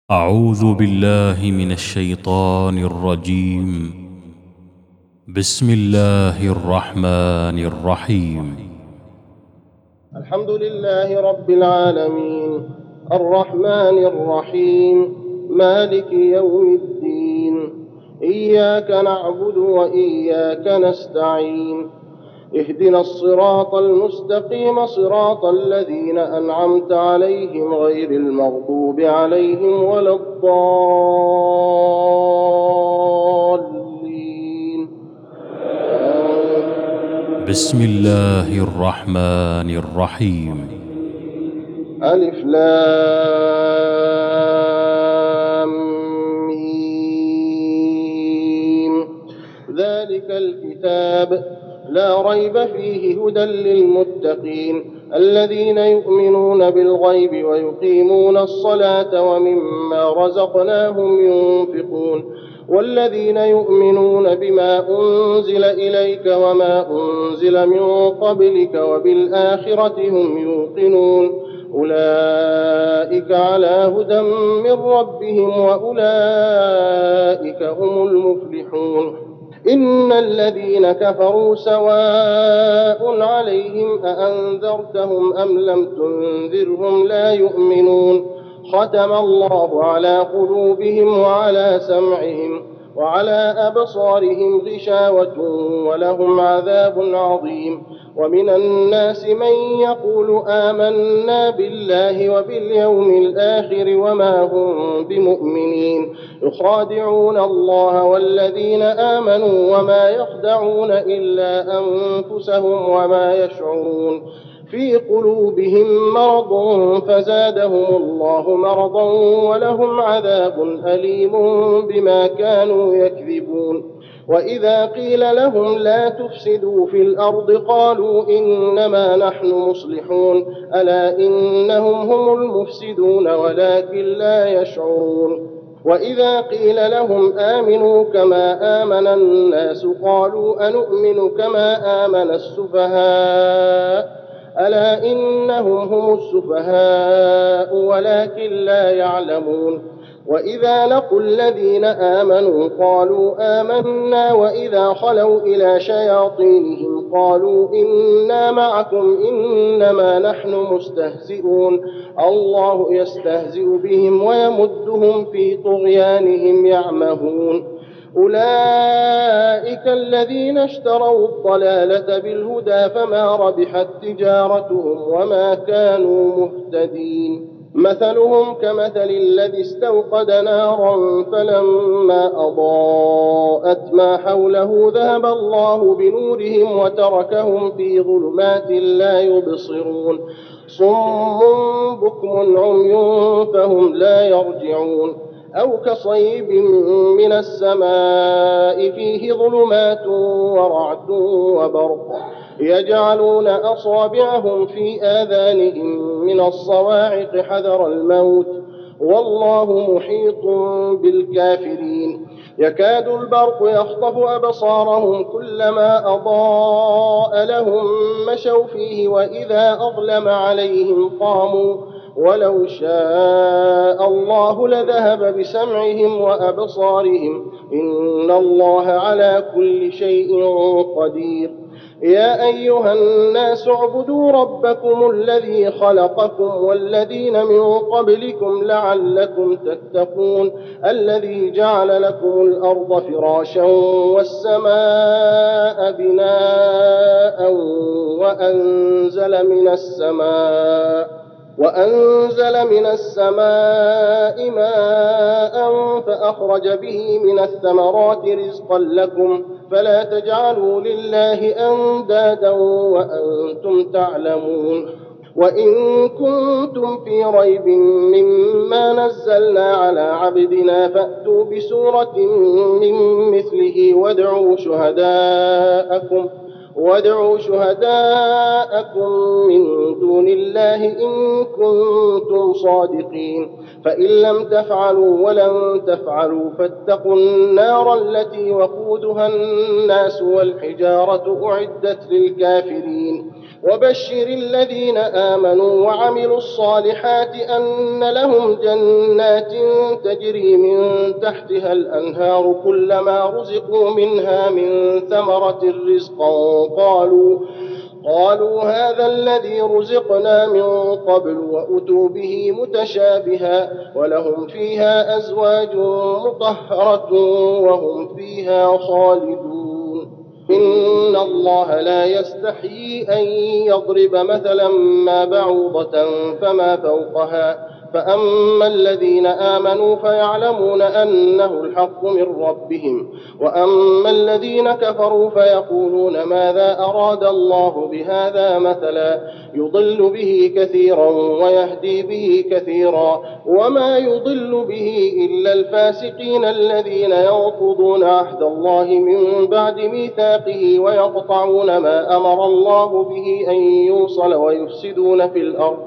أعوذ بالله من الشيطان الرجيم. بسم الله الرحمن الرحيم. الحمد لله رب العالمين الرحمن الرحيم مالك يوم الدين. إياك نعبد وإياك نستعين. اهدنا الصراط المستقيم صراط الذين أنعمت عليهم غير المغضوب عليهم ولا الضالين. بسم الله الرحمن الرحيم. ألف لام ميم. ذلك الكتاب لا ريب فيه هدى للمتقين الذين يؤمنون بالغيب ويقيمون الصلاة ومما رزقناهم ينفقون والذين يؤمنون بما أنزل إليك وما أنزل من قبلك وبالآخرة هم يوقنون أولئك على هدى من ربهم وأولئك هم المفلحون. إن الذين كفروا سواء عليهم أأنذرتهم أم لم تنذرهم لا يؤمنون ختم الله على قلوبهم وعلى سمعهم وعلى أبصارهم غشاوة ولهم عذاب عظيم. ومن الناس من يقول آمنا بالله وباليوم الآخر وما هم بمؤمنين يخادعون الله والذين آمنوا وما يخدعون إلا أنفسهم وما يشعرون. في قلوبهم مرض فزادهم الله مرضا ولهم عذاب أليم بما كانوا يكذبون. وإذا قيل لهم لا تفسدوا في الأرض قالوا إنما نحن مصلحون ألا إنهم هم المفسدون ولكن لا يشعرون. وإذا قيل لهم آمنوا كما آمن الناس قالوا أنؤمن كما آمن السفهاء ألا إنهم هم السفهاء ولكن لا يعلمون. وإذا لقوا الذين آمنوا قالوا آمنا وإذا خلوا إلى شياطينهم قالوا إنا معكم إنما نحن مستهزئون الله يستهزئ بهم ويمدهم في طغيانهم يعمهون. أولئك الذين اشتروا الضلالة بالهدى فما ربحت تجارتهم وما كانوا مهتدين. مثلهم كمثل الذي استوقد نارا فلما أضاءت ما حوله ذهب الله بنورهم وتركهم في ظلمات لا يبصرون صم بكم عمي فهم لا يرجعون. أو كصيب من السماء فيه ظلمات ورعد وبرق يجعلون أصابعهم في آذانهم من الصواعق حذر الموت والله محيط بالكافرين. يكاد البرق يخطف أبصارهم كلما أضاء لهم مشوا فيه وإذا أظلم عليهم قاموا ولو شاء الله لذهب بسمعهم وأبصارهم إن الله على كل شيء قدير. يا أيها الناس اعبدوا ربكم الذي خلقكم والذين من قبلكم لعلكم تتقون الذي جعل لكم الأرض فراشا والسماء بناء وأنزل من السماء ماء فأخرج به من الثمرات رزقا لكم فلا تجعلوا لله أندادا وأنتم تعلمون. وإن كنتم في ريب مما نزلنا على عبدنا فأتوا بسورة من مثله وادعوا شهداءكم من دون الله إن كنتم صادقين فإن لم تفعلوا ولن تفعلوا فاتقوا النار التي وقودها الناس والحجارة أعدت للكافرين وبشر الذين آمنوا وعملوا الصالحات أن لهم جنات تجري من تحتها الأنهار كلما رزقوا منها من ثمرة رزقا قالوا هذا الذي رزقنا من قبل وأتوا به متشابها ولهم فيها أزواج مطهرة وهم فيها خالدون. إن الله لا يستحيي أن يضرب مثلا ما بعوضة فما فوقها فأما الذين آمنوا فيعلمون أنه الحق من ربهم وأما الذين كفروا فيقولون ماذا أراد الله بهذا مثلا يضل به كثيرا ويهدي به كثيرا وما يضل به إلا الفاسقين الذين ينقضون عهد الله من بعد ميثاقه ويقطعون ما أمر الله به أن يوصل ويفسدون في الأرض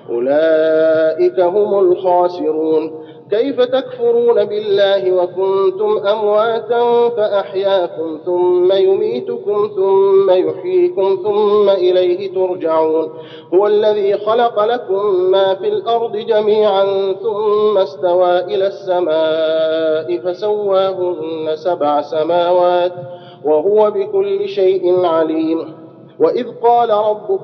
أولئك هم الخاسرون. كيف تكفرون بالله وكنتم أمواتا فأحياكم ثم يميتكم ثم يحييكم ثم إليه ترجعون. هو الذي خلق لكم ما في الأرض جميعا ثم استوى إلى السماء فسواهن 7 سماوات وهو بكل شيء عليم. وإذ قال ربك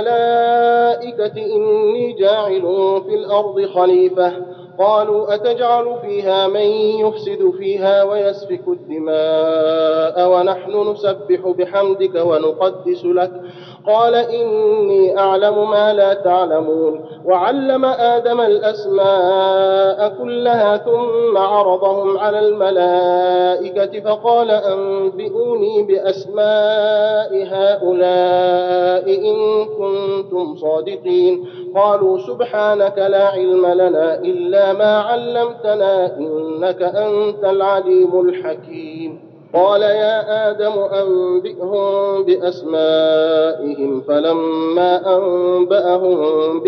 للملائكة إني جاعل في الأرض خليفة قالوا أتجعل فيها من يفسد فيها ويسفك الدماء ونحن نسبح بحمدك ونقدس لك قال إني أعلم ما لا تعلمون. وعلم آدم الأسماء كلها ثم عرضهم على الملائكة فقال أنبئوني بأسماء هؤلاء إن كنتم صادقين. قالوا سبحانك لا علم لنا إلا ما علمتنا إنك أنت العليم الحكيم. قال يا آدم أنبئهم بأسمائهم فلما أنبأهم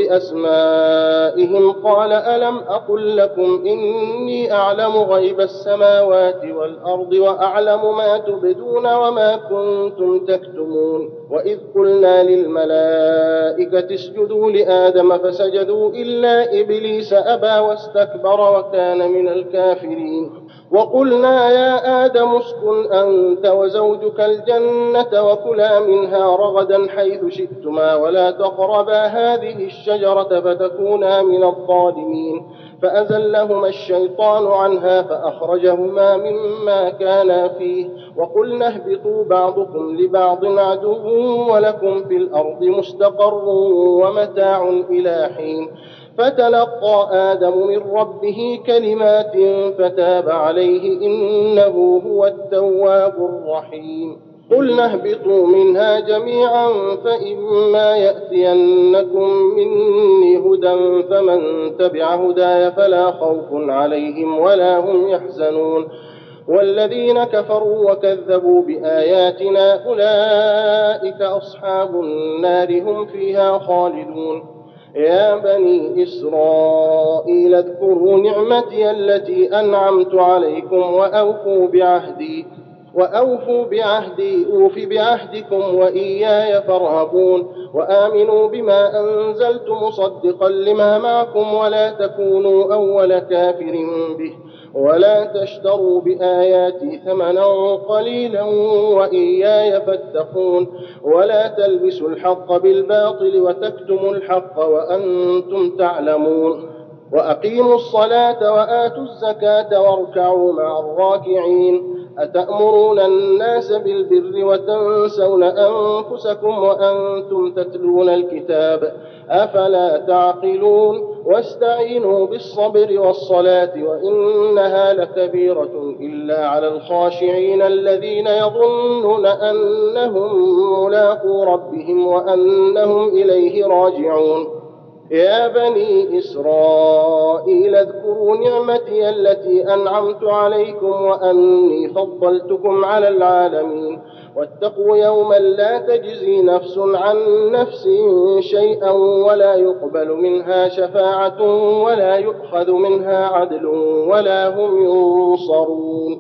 بأسمائهم قال ألم أقل لكم إني أعلم غيب السماوات والأرض وأعلم ما تبدون وما كنتم تكتمون. وإذ قلنا للملائكة اسجدوا لآدم فسجدوا إلا إبليس أبى واستكبر وكان من الكافرين. وقلنا يا آدم اسكن أنت وزوجك الجنة وكلا منها رغدا حيث شئتما ولا تقربا هذه الشجرة فتكونا من الظالمين. فأزلهما الشيطان عنها فأخرجهما مما كانا فيه وقلنا اهبطوا بعضكم لبعض عدو ولكم في الأرض مستقر ومتاع إلى حين. فتلقى آدم من ربه كلمات فتاب عليه إنه هو التواب الرحيم. قلنا اهبطوا منها جميعا فإما يأتينكم مني هدى فمن تبع هداي فلا خوف عليهم ولا هم يحزنون. والذين كفروا وكذبوا بآياتنا أولئك أصحاب النار هم فيها خالدون. يا بني إسرائيل اذكروا نعمتي التي أنعمت عليكم وأوفوا بعهدي أوف بعهدكم وإياي فارهبون. وآمنوا بما أنزلت مصدقا لما معكم ولا تكونوا أول كافر به ولا تشتروا بآياتي ثمنا قليلا وإياي فاتقون. ولا تلبسوا الحق بالباطل وتكتموا الحق وأنتم تعلمون. وأقيموا الصلاة وآتوا الزكاة واركعوا مع الراكعين. أتأمرون الناس بالبر وتنسون أنفسكم وأنتم تتلون الكتاب أفلا تعقلون. واستعينوا بالصبر والصلاة وإنها لكبيرة إلا على الخاشعين الذين يظنون أنهم ملاقو ربهم وأنهم إليه راجعون. يا بني إسرائيل اذكروا نعمتي التي أنعمت عليكم وأني فضلتكم على العالمين. واتقوا يوما لا تجزي نفس عن نفس شيئا ولا يقبل منها شفاعة ولا يؤخذ منها عدل ولا هم ينصرون.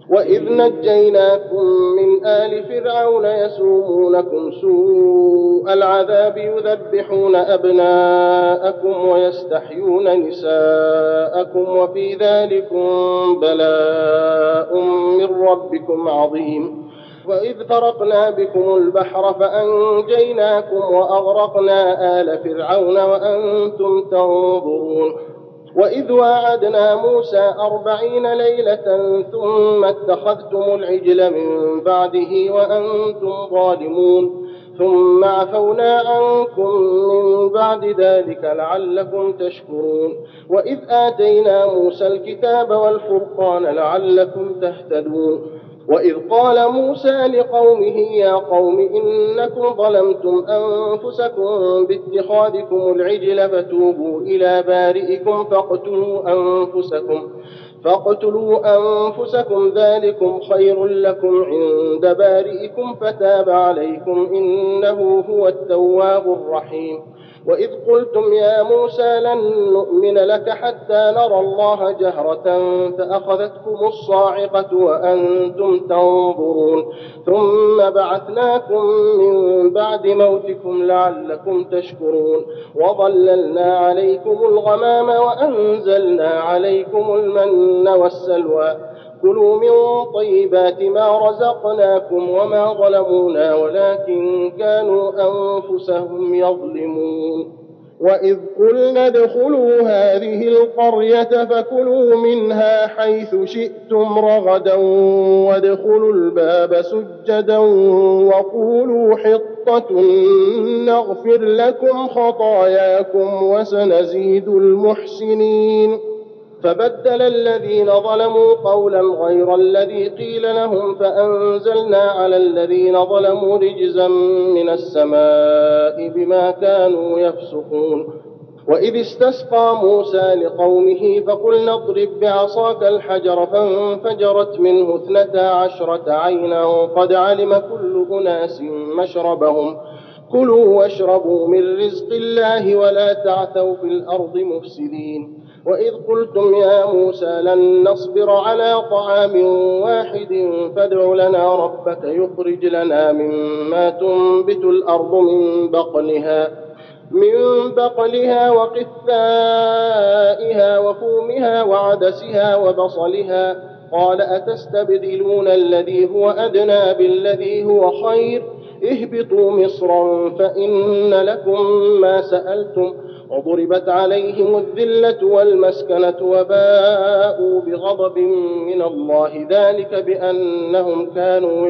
وإذ نجيناكم من آل فرعون يسومونكم سوء العذاب يذبحون أبناءكم ويستحيون نساءكم وفي ذلكم بلاء من ربكم عظيم. وإذ فرقنا بكم البحر فأنجيناكم وأغرقنا آل فرعون وأنتم تنظرون. وإذ واعدنا موسى 40 ليلة ثم اتخذتم العجل من بعده وأنتم ظالمون ثم عفونا عنكم من بعد ذلك لعلكم تشكرون. وإذ آتينا موسى الكتاب والفرقان لعلكم تهتدون. وإذ قال موسى لقومه يا قوم إنكم ظلمتم أنفسكم باتخاذكم العجل فتوبوا إلى بارئكم فاقتلوا أنفسكم ذلكم خير لكم عند بارئكم فتاب عليكم إنه هو التواب الرحيم. وإذ قلتم يا موسى لن نؤمن لك حتى نرى الله جهرة فأخذتكم الصاعقة وأنتم تنظرون ثم بعثناكم من بعد موتكم لعلكم تشكرون. وظللنا عليكم الغمام وأنزلنا عليكم المن والسلوى كلوا من طيبات ما رزقناكم وما ظلمونا ولكن كانوا أنفسهم يظلمون. وإذ قلنا ادخلوا هذه القرية فكلوا منها حيث شئتم رغدا وادخلوا الباب سجدا وقولوا حطة نغفر لكم خطاياكم وسنزيد المحسنين. فبدل الذين ظلموا قولا غير الذي قيل لهم فأنزلنا على الذين ظلموا رجزا من السماء بما كانوا يفسقون. وإذ استسقى موسى لقومه فقلنا اضرب بعصاك الحجر فانفجرت منه 12 عينا قد علم كل أناس مشربهم كلوا واشربوا من رزق الله ولا تعثوا في الأرض مفسدين. وإذ قلتم يا موسى لن نصبر على طعام واحد فادع لنا ربك يخرج لنا مما تنبت الأرض من بقلها وقثائها وفومها وعدسها وبصلها قال أتستبدلون الذي هو أدنى بالذي هو خير اهبطوا مصرا فإن لكم ما سألتم وضربت عليهم الذلة والمسكنة وباءوا بغضب من الله ذلك بأنهم كانوا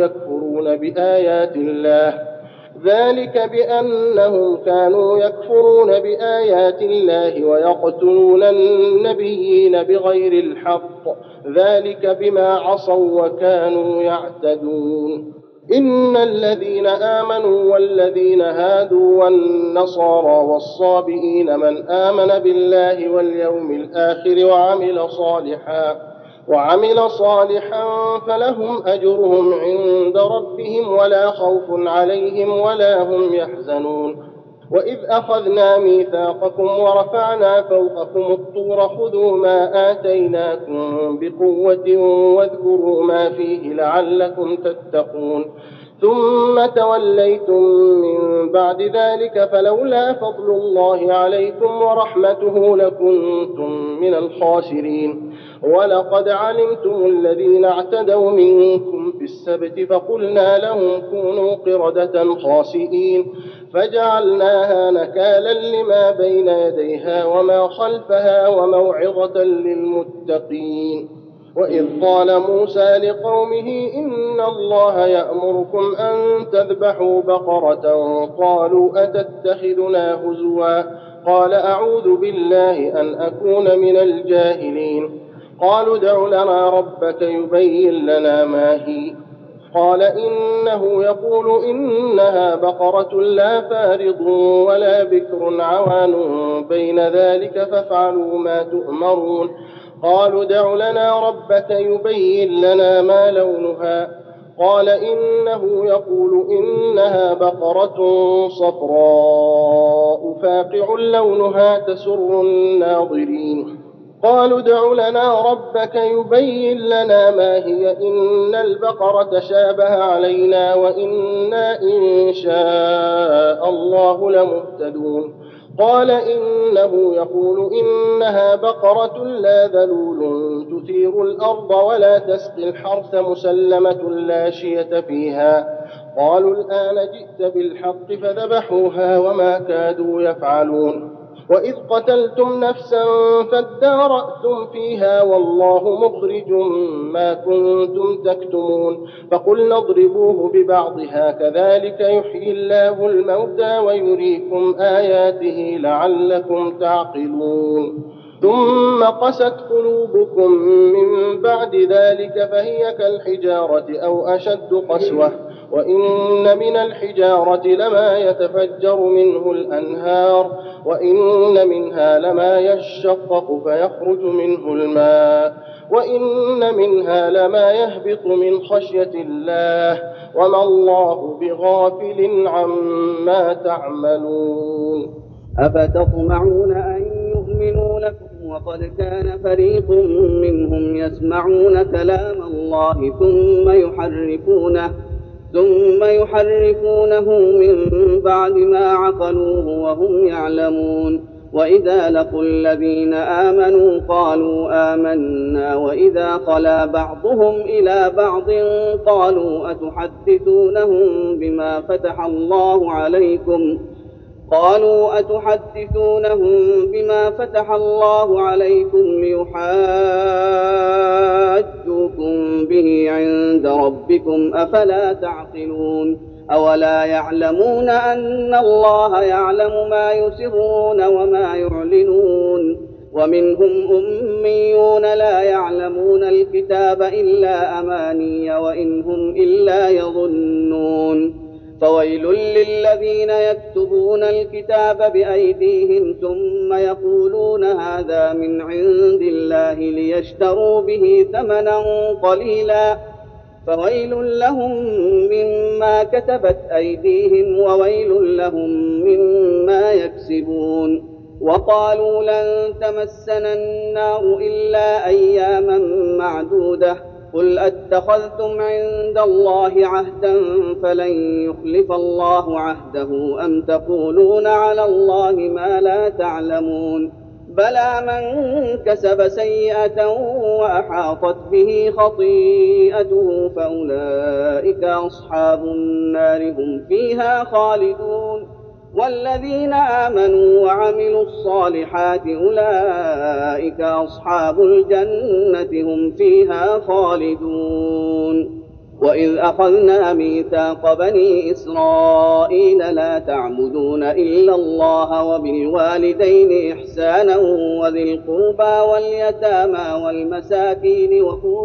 يكفرون بآيات الله ويقتلون النبيين بغير الحق ذلك بما عصوا وكانوا يعتدون. إن الذين آمنوا والذين هادوا والنصارى والصابئين من آمن بالله واليوم الآخر وعمل صالحا فلهم أجرهم عند ربهم ولا خوف عليهم ولا هم يحزنون. وإذ أخذنا ميثاقكم ورفعنا فوقكم الطور خذوا ما آتيناكم بقوة واذكروا ما فيه لعلكم تتقون ثم توليتم من بعد ذلك فلولا فضل الله عليكم ورحمته لكنتم من الخاسرين. ولقد علمتم الذين اعتدوا منكم في السبت فقلنا لهم كونوا قردة خاسئين فجعلناها نكالا لما بين يديها وما خلفها وموعظة للمتقين. وإذ قال موسى لقومه إن الله يأمركم أن تذبحوا بقرة قالوا أتتخذنا هزوا قال أعوذ بالله أن أكون من الجاهلين. قالوا ادع لنا ربك يبين لنا ما هي قال إنه يقول إنها بقرة لا فارض ولا بكر عوان بين ذلك فافعلوا ما تؤمرون. قالوا ادع لنا ربك يبين لنا ما لونها قال إنه يقول إنها بقرة صفراء فاقع لونها تسر الناظرين. قالوا ادع لنا ربك يبين لنا ما هي إن البقرة تشابه علينا وإنا إن شاء الله لمهتدون قال إنه يقول إنها بقرة لا ذلول تثير الأرض ولا تسقي الحرث مسلمة لا شية فيها قالوا الآن جئت بالحق فذبحوها وما كادوا يفعلون وإذ قتلتم نفسا فادارأتم فيها والله مخرج ما كنتم تكتمون فقلنا اضربوه ببعضها كذلك يحيي الله الموتى ويريكم آياته لعلكم تعقلون ثم قست قلوبكم من بعد ذلك فهي كالحجارة أو أشد قسوة وإن من الحجارة لما يتفجر منه الأنهار وإن منها لما يشقق فيخرج منه الماء وإن منها لما يهبط من خشية الله وما الله بغافل عما تعملون أفتطمعون أن يؤمنوا لكم وقد كان فريق منهم يسمعون كلام الله ثم يحرفونه من بعد ما عقلوه وهم يعلمون وإذا لقوا الذين آمنوا قالوا آمنا وإذا خلا بعضهم إلى بعض قالوا أتحدثونهم بما فتح الله عليكم ليحاجوكم به عند ربكم أفلا تعقلون أولا يعلمون أن الله يعلم ما يسرون وما يعلنون ومنهم أميون لا يعلمون الكتاب إلا أماني وإن هم إلا يظنون فويل للذين يكتبون الكتاب بأيديهم ثم يقولون هذا من عند الله ليشتروا به ثمنا قليلا فويل لهم مما كتبت أيديهم وويل لهم مما يكسبون وقالوا لن تمسنا النار إلا أياما معدودة قل أتخذتم عند الله عهدا فلن يخلف الله عهده أم تقولون على الله ما لا تعلمون بلى من كسب سيئة وأحاطت به خطيئته فأولئك أصحاب النار هم فيها خالدون والذين آمنوا وعملوا الصالحات أولئك أصحاب الجنة هم فيها خالدون وإذ أخذنا ميثاق بني إسرائيل لا تعبدون إلا الله وبالوالدين إحسانا وذي القربى واليتامى والمساكين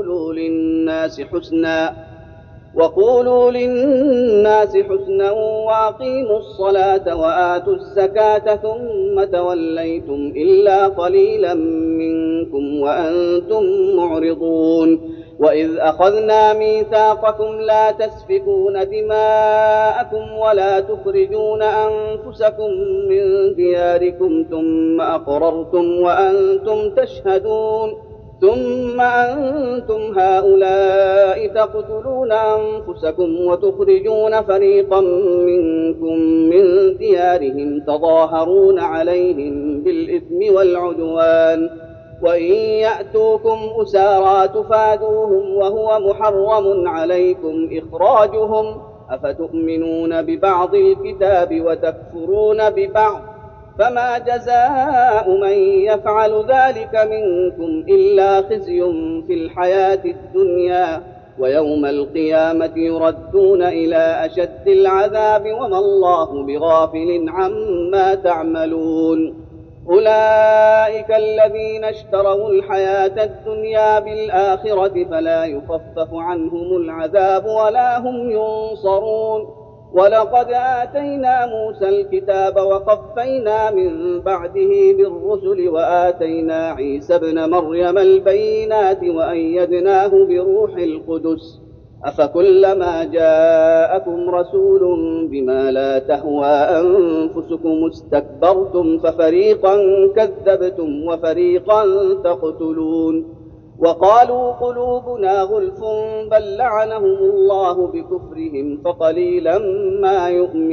وقولوا للناس حسنا وأقيموا الصلاة وآتوا الزكاة ثم توليتم إلا قليلا منكم وأنتم معرضون وإذ أخذنا ميثاقكم لا تسفكون دماءكم ولا تخرجون أنفسكم من دياركم ثم أقررتم وأنتم تشهدون ثم أنتم هؤلاء تقتلون أنفسكم وتخرجون فريقا منكم من ديارهم تظاهرون عليهم بالإثم والعدوان وإن يأتوكم أسارى تفادوهم وهو محرم عليكم إخراجهم أفتؤمنون ببعض الكتاب وتكفرون ببعض فما جزاء من يفعل ذلك منكم إلا خزي في الحياة الدنيا ويوم القيامة يردون إلى أشد العذاب وما الله بغافل عما تعملون أولئك الذين اشتروا الحياة الدنيا بالآخرة فلا يخفف عنهم العذاب ولا هم ينصرون ولقد آتينا موسى الكتاب وقفينا من بعده بالرسل وآتينا عيسى ابن مريم البينات وأيدناه بروح القدس أفكلما جاءكم رسول بما لا تهوى أنفسكم استكبرتم ففريقا كذبتم وفريقا تقتلون وقالوا قلوبنا غلف بل لعنهم الله بكفرهم فقليلا ما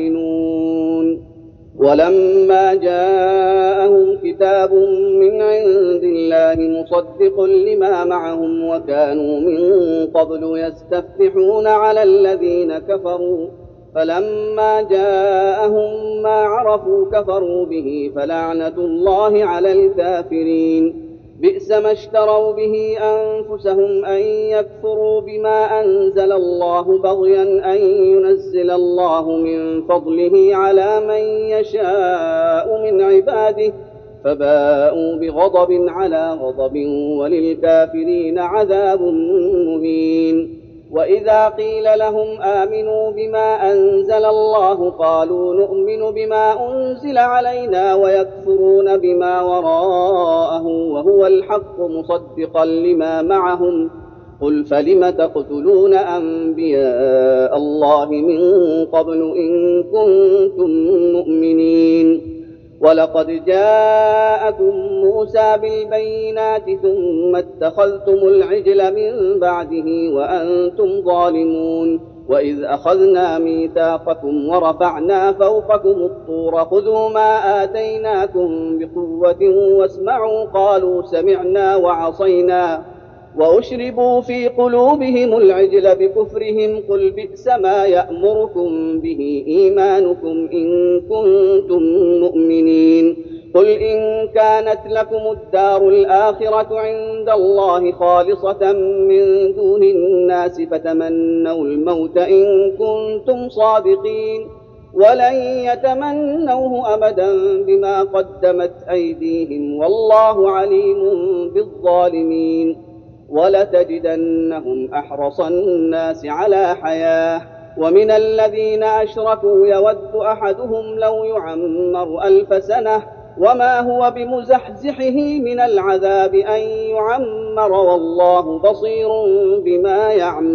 يؤمنون ولما جاءهم كتاب من عند الله مصدق لما معهم وكانوا من قبل يستفتحون على الذين كفروا فلما جاءهم ما عرفوا كفروا به فلعنة الله على الكافرين بئس ما اشتروا به أنفسهم أن يكفروا بما أنزل الله بغيا أن ينزل الله من فضله على من يشاء من عباده فباءوا بغضب على غضب وللكافرين عذاب مهين وإذا قيل لهم آمنوا بما أنزل الله قالوا نؤمن بما أنزل علينا ويكفرون بما وراءه وهو الحق مصدقا لما معهم قل فلم تقتلون أنبياء الله من قبل إن كنتم مؤمنين ولقد جاءكم موسى بالبينات ثم اتخذتم العجل من بعده وأنتم ظالمون وإذ أخذنا ميثاقكم ورفعنا فوقكم الطور خذوا ما آتيناكم بقوة واسمعوا قالوا سمعنا وعصينا وأشربوا في قلوبهم العجل بكفرهم قل بئس ما يأمركم به إيمانكم إن كنتم مؤمنين قل إن كانت لكم الدار الآخرة عند الله خالصة من دون الناس فتمنوا الموت إن كنتم صادقين ولن يتمنوه أبدا بما قدمت أيديهم والله عليم بالظالمين ولتجدنهم أحرص الناس على حياة ومن الذين أشركوا يود أحدهم لو يعمر 1000 سنة وما هو بمزحزحه من العذاب أن يعمر والله بصير بما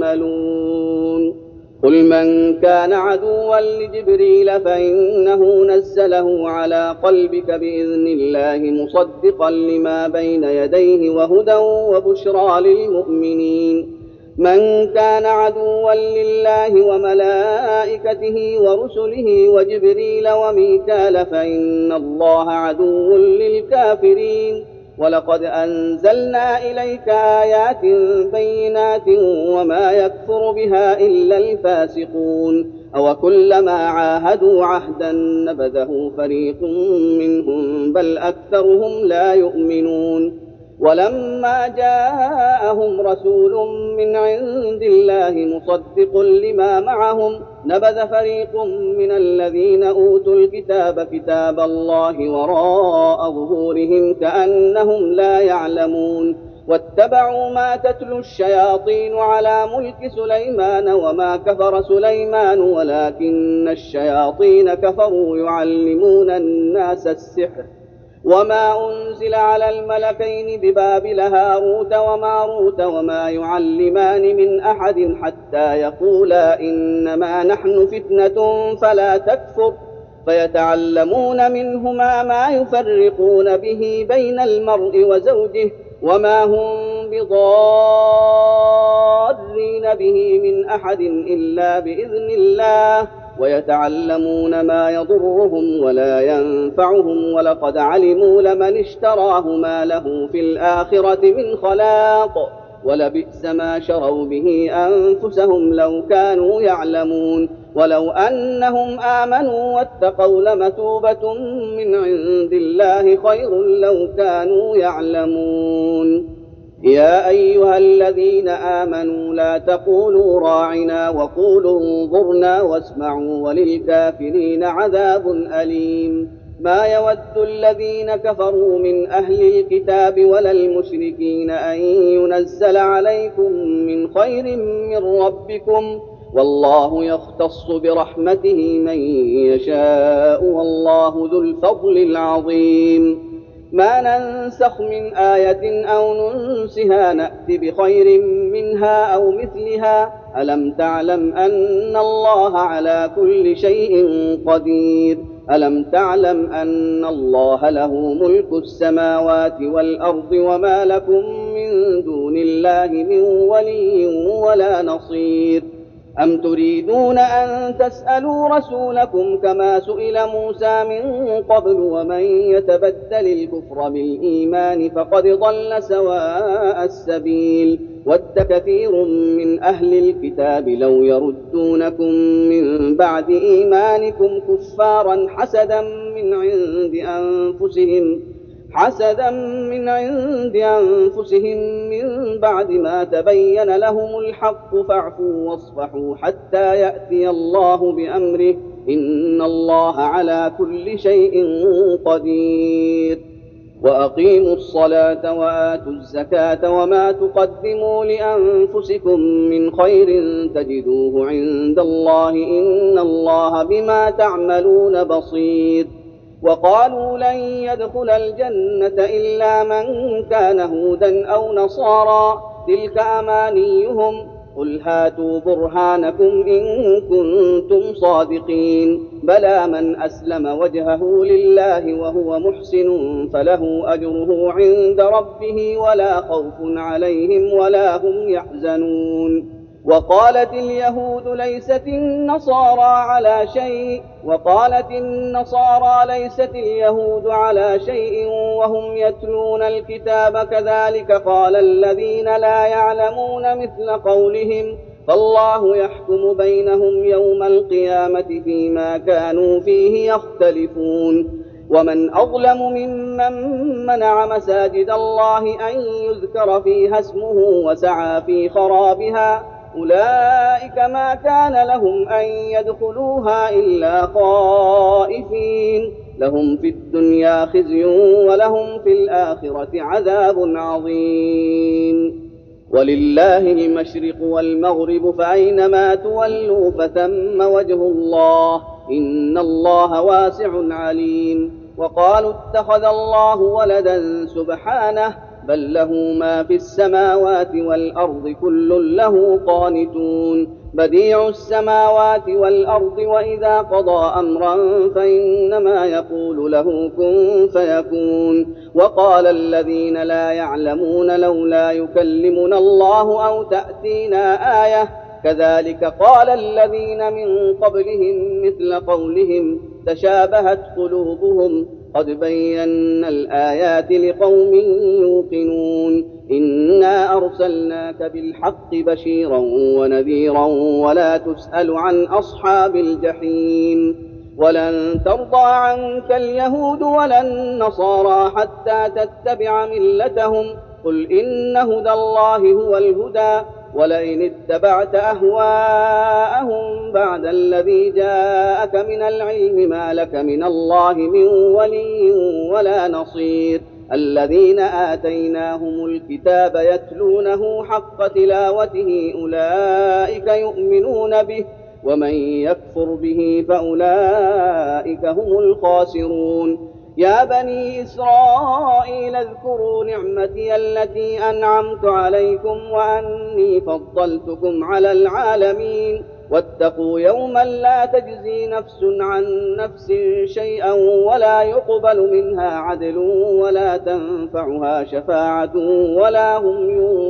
يعملون قل من كان عدوا لجبريل فإنه نزله على قلبك بإذن الله مصدقا لما بين يديه وهدى وبشرى للمؤمنين من كان عدوا لله وملائكته ورسله وجبريل وميكال فإن الله عدو للكافرين ولقد أنزلنا إليك آيات بينات وما يكفر بها إلا الفاسقون أوكلما عاهدوا عهدا نبذه فريق منهم بل أكثرهم لا يؤمنون ولما جاءهم رسول من عند الله مصدق لما معهم نبذ فريق من الذين أوتوا الكتاب كتاب الله وراء ظهورهم كأنهم لا يعلمون واتبعوا ما تتلو الشياطين على ملك سليمان وما كفر سليمان ولكن الشياطين كفروا يعلمون الناس السحر وما أنزل على الملكين ببابل هاروت وماروت وما يعلمان من أحد حتى يقولا إنما نحن فتنة فلا تكفر فيتعلمون منهما ما يفرقون به بين المرء وزوجه وما هم بضارين به من أحد إلا بإذن الله ويتعلمون ما يضرهم ولا ينفعهم ولقد علموا لمن اشتراه ما له في الآخرة من خلاق ولبئس ما شروا به أنفسهم لو كانوا يعلمون ولو أنهم آمنوا واتقوا لمثوبة من عند الله خير لو كانوا يعلمون يا أيها الذين آمنوا لا تقولوا راعنا وقولوا انظرنا واسمعوا وللكافرين عذاب أليم ما يود الذين كفروا من أهل الكتاب ولا المشركين أن ينزل عليكم من خير من ربكم والله يختص برحمته من يشاء والله ذو الفضل العظيم ما ننسخ من آية أو ننسها نأت بخير منها أو مثلها ألم تعلم أن الله على كل شيء قدير ألم تعلم أن الله له ملك السماوات والأرض وما لكم من دون الله من ولي ولا نصير أم تريدون أن تسألوا رسولكم كما سئل موسى من قبل ومن يتبدل الكفر بالإيمان فقد ضل سواء السبيل ود كثير من أهل الكتاب لو يردونكم من بعد إيمانكم كفارا حسدا من عند أنفسهم من بعد ما تبين لهم الحق فاعفوا واصفحوا حتى يأتي الله بأمره إن الله على كل شيء قدير وأقيموا الصلاة وآتوا الزكاة وما تقدموا لأنفسكم من خير تجدوه عند الله إن الله بما تعملون بصير وقالوا لن يدخل الجنة إلا من كان هودا أو نصارى تلك أمانيهم قل هاتوا برهانكم إن كنتم صادقين بلى من أسلم وجهه لله وهو محسن فله أجره عند ربه ولا خوف عليهم ولا هم يحزنون وقالت اليهود ليست النصارى ليست اليهود على شيء وهم يتلون الكتاب كذلك قال الذين لا يعلمون مثل قولهم فالله يحكم بينهم يوم القيامة فيما كانوا فيه يختلفون ومن أظلم ممن منع مساجد الله أن يذكر فيها اسمه وسعى في خرابها أولئك ما كان لهم أن يدخلوها إلا خائفين لهم في الدنيا خزي ولهم في الآخرة عذاب عظيم ولله المشرق والمغرب فأينما تولوا فثم وجه الله إن الله واسع عليم وقالوا اتخذ الله ولدا سبحانه بل له ما في السماوات والأرض كل له قانتون بديع السماوات والأرض وإذا قضى أمرا فإنما يقول له كن فيكون وقال الذين لا يعلمون لولا يكلمنا الله أو تأتينا آية كذلك قال الذين من قبلهم مثل قولهم تشابهت قلوبهم قد بينا الآيات لقوم يوقنون إنا أرسلناك بالحق بشيرا ونذيرا ولا تسأل عن أصحاب الجحيم ولن ترضى عنك اليهود ولا النصارى حتى تتبع ملتهم قل إن هدى الله هو الهدى ولئن اتبعت أهواءهم بعد الذي جاءك من العلم ما لك من الله من ولي ولا نصير الذين آتيناهم الكتاب يتلونه حق تلاوته أولئك يؤمنون به ومن يكفر به فأولئك هم الخاسرون يا بني إسرائيل اذكروا نعمتي التي أنعمت عليكم وأني فضلتكم على العالمين واتقوا يوما لا تجزي نفس عن نفس شيئا ولا يقبل منها عدل ولا تنفعها شفاعة ولا هم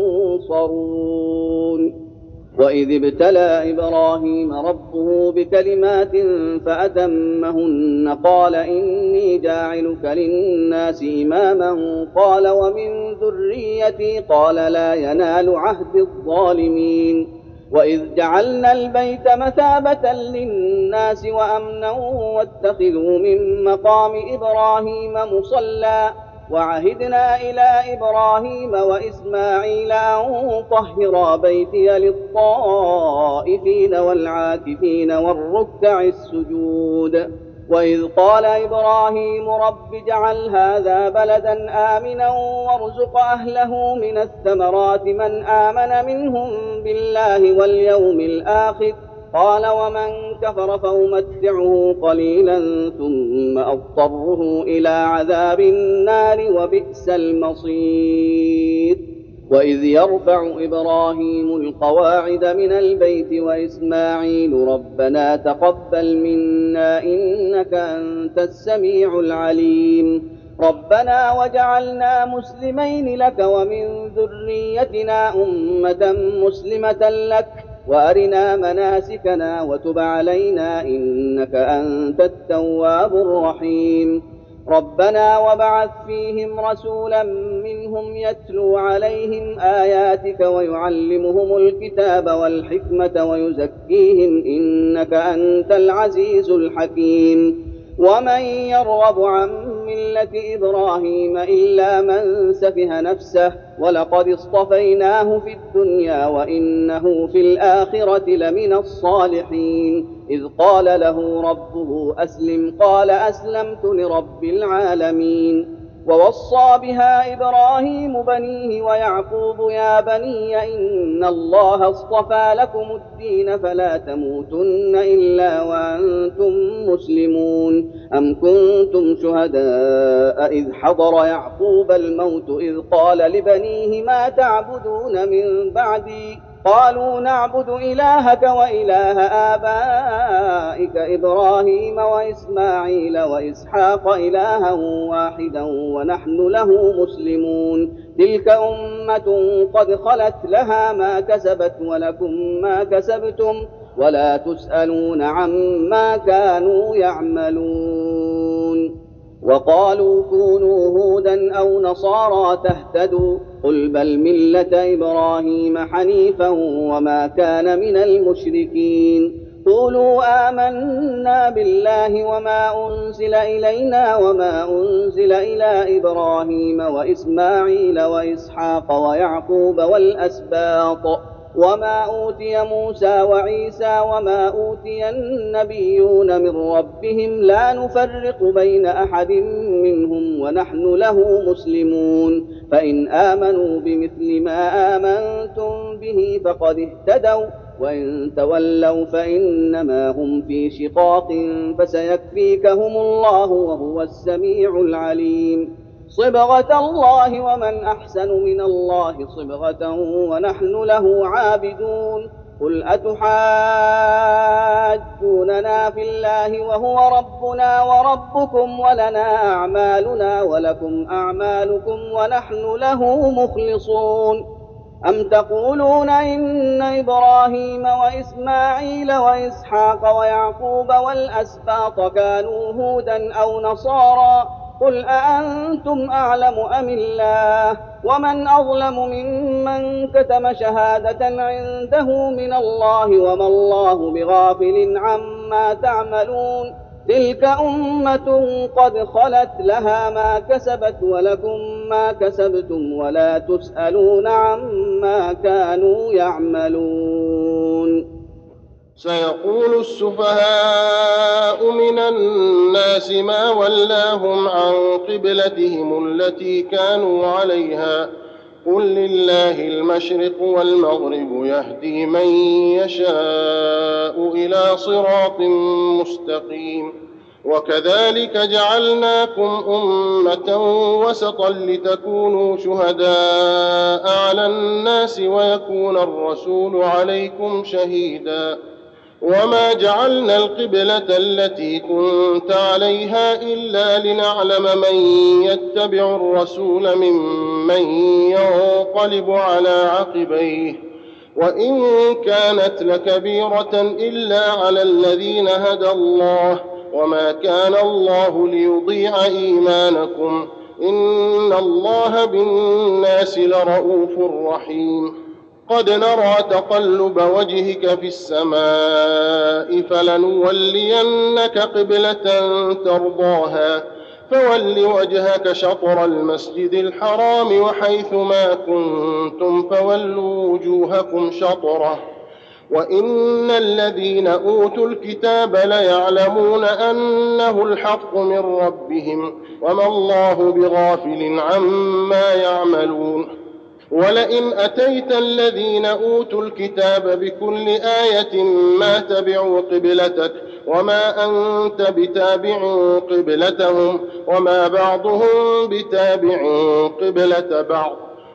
ينصرون وإذ ابتلى إبراهيم ربه بكلمات فأتمهن قال إني جاعلك للناس إماما قال ومن ذريتي قال لا ينال عهد الظالمين وإذ جعلنا البيت مثابة للناس وأمنا واتخذوا من مقام إبراهيم مصلى وعهدنا إلى إبراهيم وإسماعيل أن طهرا بيتي للطائفين والعاكفين والركع السجود وإذ قال إبراهيم رب اجعل هذا بلدا آمنا وارزق أهله من الثمرات من آمن منهم بالله واليوم الآخر قال ومن كفر فأمتعه قليلا ثم أضطره إلى عذاب النار وبئس المصير وإذ يرفع إبراهيم القواعد من البيت وإسماعيل ربنا تقبل منا إنك أنت السميع العليم ربنا وجعلنا مسلمين لك ومن ذريتنا أمة مسلمة لك وأرنا مناسكنا وتب علينا إنك أنت التواب الرحيم ربنا وابعث فيهم رسولا منهم يتلو عليهم آياتك ويعلمهم الكتاب والحكمة ويزكيهم إنك أنت العزيز الحكيم ومن يرغب عن ملة إبراهيم إلا من سفه نفسه ولقد اصطفيناه في الدنيا وإنه في الآخرة لمن الصالحين إذ قال له ربه أسلم قال أسلمت لرب العالمين ووصى بها إبراهيم بنيه ويعقوب يا بني إن الله اصطفى لكم الدين فلا تموتن إلا وأنتم مسلمون أم كنتم شهداء إذ حضر يعقوب الموت إذ قال لبنيه ما تعبدون من بعدي قالوا نعبد إلهك وإله آبائك إبراهيم وإسماعيل وإسحاق إلها واحدا ونحن له مسلمون تلك أمة قد خلت لها ما كسبت ولكم ما كسبتم ولا تسألون عما كانوا يعملون وقالوا كونوا هودا أو نصارى تهتدوا قل بل ملة إبراهيم حنيفا وما كان من المشركين قولوا آمنا بالله وما أنزل إلينا وما أنزل إلى إبراهيم وإسماعيل وإسحاق ويعقوب والأسباط وما أوتي موسى وعيسى وما أوتي النبيون من ربهم لا نفرق بين أحد منهم ونحن له مسلمون فإن آمنوا بمثل ما آمنتم به فقد اهتدوا وإن تولوا فإنما هم في شقاق فسيكفيكهم الله وهو السميع العليم صبغة الله ومن أحسن من الله صبغة ونحن له عابدون قل أتحاجوننا في الله وهو ربنا وربكم ولنا أعمالنا ولكم أعمالكم ونحن له مخلصون أم تقولون إن إبراهيم وإسماعيل وإسحاق ويعقوب والأسباط كانوا هودا أو نصارى قل أأنتم أعلم أم الله ومن أظلم ممن كتم شهادة عنده من الله وما الله بغافل عما تعملون تلك أمة قد خلت لها ما كسبت ولكم ما كسبتم ولا تسألون عما كانوا يعملون سيقول السفهاء من الناس ما ولاهم عن قبلتهم التي كانوا عليها قل لله المشرق والمغرب يهدي من يشاء إلى صراط مستقيم وكذلك جعلناكم أمة وسطا لتكونوا شهداء على الناس ويكون الرسول عليكم شهيدا وما جعلنا القبلة التي كنت عليها إلا لنعلم من يتبع الرسول ممن ينقلب على عقبيه وإن كانت لكبيرة إلا على الذين هدى الله وما كان الله ليضيع إيمانكم إن الله بالناس لرءوف رحيم قد نرى تقلب وجهك في السماء فلنولينك قبلة ترضاها فول وجهك شطر المسجد الحرام وحيث ما كنتم فولوا وجوهكم شطره وإن الذين أوتوا الكتاب ليعلمون أنه الحق من ربهم وما الله بغافل عما يعملون ولئن أتيت الذين أوتوا الكتاب بكل آية ما تبعوا قبلتك وما أنت بتابع قبلتهم وما بعضهم بتابع قبلة بعض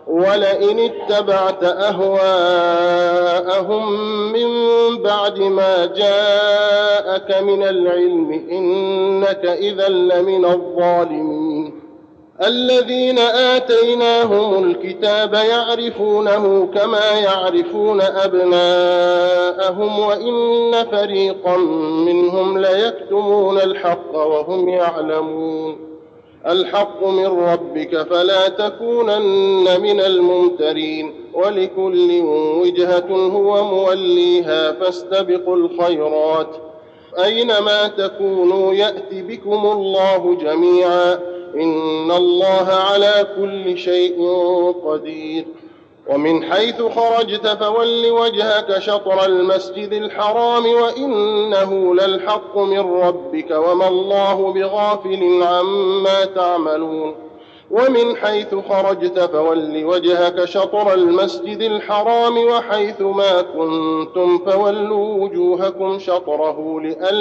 ولئن اتبعت أهواءهم من بعد ما جاءك من العلم إنك إذا لمن الظالمين. الذين آتيناهم الكتاب يعرفونه كما يعرفون أبناءهم وإن فريقا منهم ليكتمون الحق وهم يعلمون. الحق من ربك فلا تكونن من الممترين. ولكل وجهة هو موليها فاستبقوا الخيرات أينما تكونوا يأت بكم الله جميعا إن الله على كل شيء قدير. ومن حيث خرجت فول وجهك شطر المسجد الحرام وإنه للحق من ربك وما الله بغافل عما تعملون. ومن حيث خرجت فول وجهك شطر المسجد الحرام وحيث ما كنتم فولوا وجوهكم شطره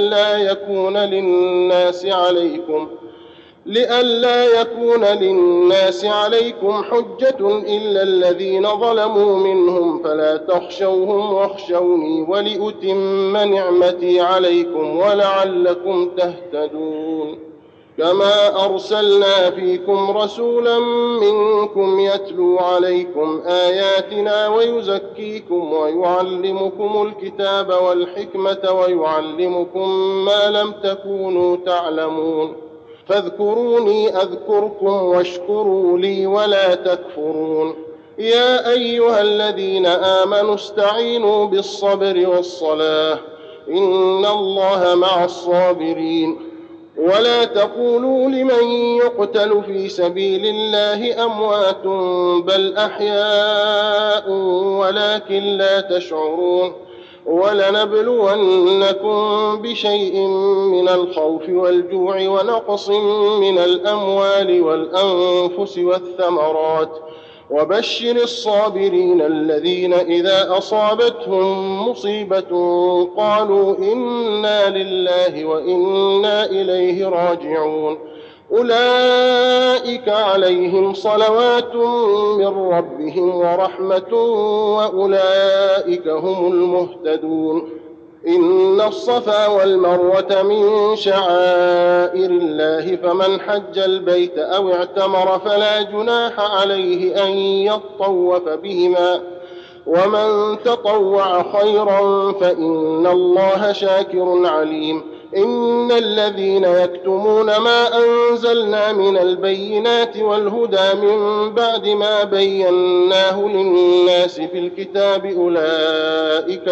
لئلا يكون للناس عليكم حجة إلا الذين ظلموا منهم فلا تخشوهم واخشوني ولأتم نعمتي عليكم ولعلكم تهتدون. كما أرسلنا فيكم رسولا منكم يتلو عليكم آياتنا ويزكيكم ويعلمكم الكتاب والحكمة ويعلمكم ما لم تكونوا تعلمون. فاذكروني أذكركم واشكروا لي ولا تكفرون. يا أيها الذين آمنوا استعينوا بالصبر والصلاة إن الله مع الصابرين. ولا تقولوا لمن يقتل في سبيل الله أموات بل أحياء ولكن لا تشعرون. ولنبلونكم بشيء من الخوف والجوع ونقص من الأموال والأنفس والثمرات وبشر الصابرين الذين إذا أصابتهم مصيبة قالوا إنا لله وإنا إليه راجعون. أولئك عليهم صلوات من ربهم ورحمة وأولئك هم المهتدون. إن الصفا والمروة من شعائر الله فمن حج البيت أو اعتمر فلا جناح عليه أن يطوف بهما ومن تطوع خيرا فإن الله شاكر عليم. إن الذين يكتمون ما أنزلنا من البينات والهدى من بعد ما بيناه للناس في الكتاب أولئك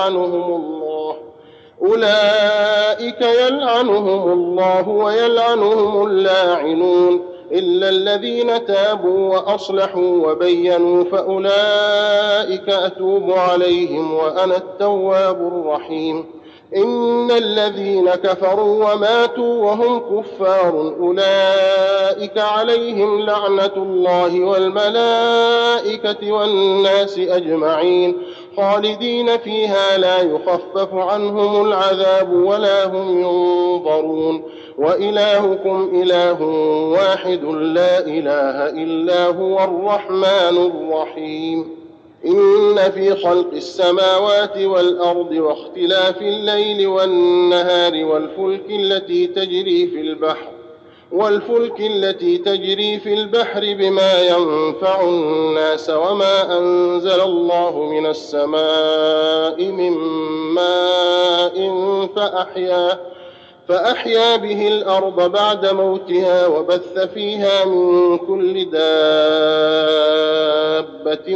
يلعنهم الله ويلعنهم اللاعنون إلا الذين تابوا وأصلحوا وبينوا فأولئك أتوب عليهم وأنا التواب الرحيم. إن الذين كفروا وماتوا وهم كفار أولئك عليهم لعنة الله والملائكة والناس أجمعين خالدين فيها لا يخفف عنهم العذاب ولا هم ينظرون. وإلهكم إله واحد لا إله إلا هو الرحمن الرحيم. إن في خلق السماوات والأرض واختلاف الليل والنهار والفلك التي تجري في البحر بما ينفع الناس وما أنزل الله من السماء من ماء فأحيا به الأرض بعد موتها وبث فيها من كل دابة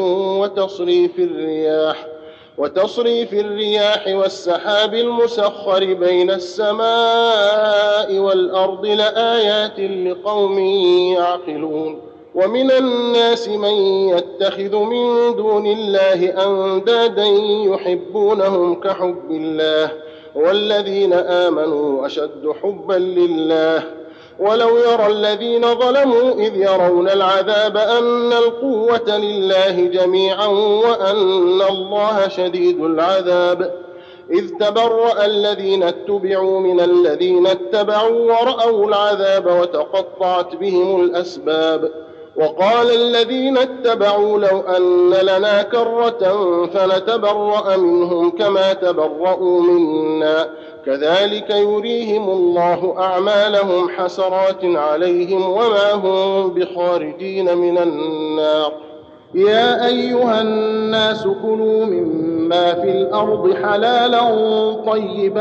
وتصريف الرياح والسحاب المسخر بين السماء والأرض لآيات لقوم يعقلون. ومن الناس من يتخذ من دون الله أندادا يحبونهم كحب الله والذين آمنوا أشد حبا لله. ولو يرى الذين ظلموا إذ يرون العذاب أن القوة لله جميعا وأن الله شديد العذاب إذ تبرأ الذين اتبعوا من الذين اتبعوا ورأوا العذاب وتقطعت بهم الأسباب. وقال الذين اتبعوا لو أن لنا كرة فنتبرأ منهم كما تبرؤوا منا كذلك يريهم الله أعمالهم حسرات عليهم وما هم بخارجين من النار. يا أيها الناس كلوا مما في الأرض حلالا طيبا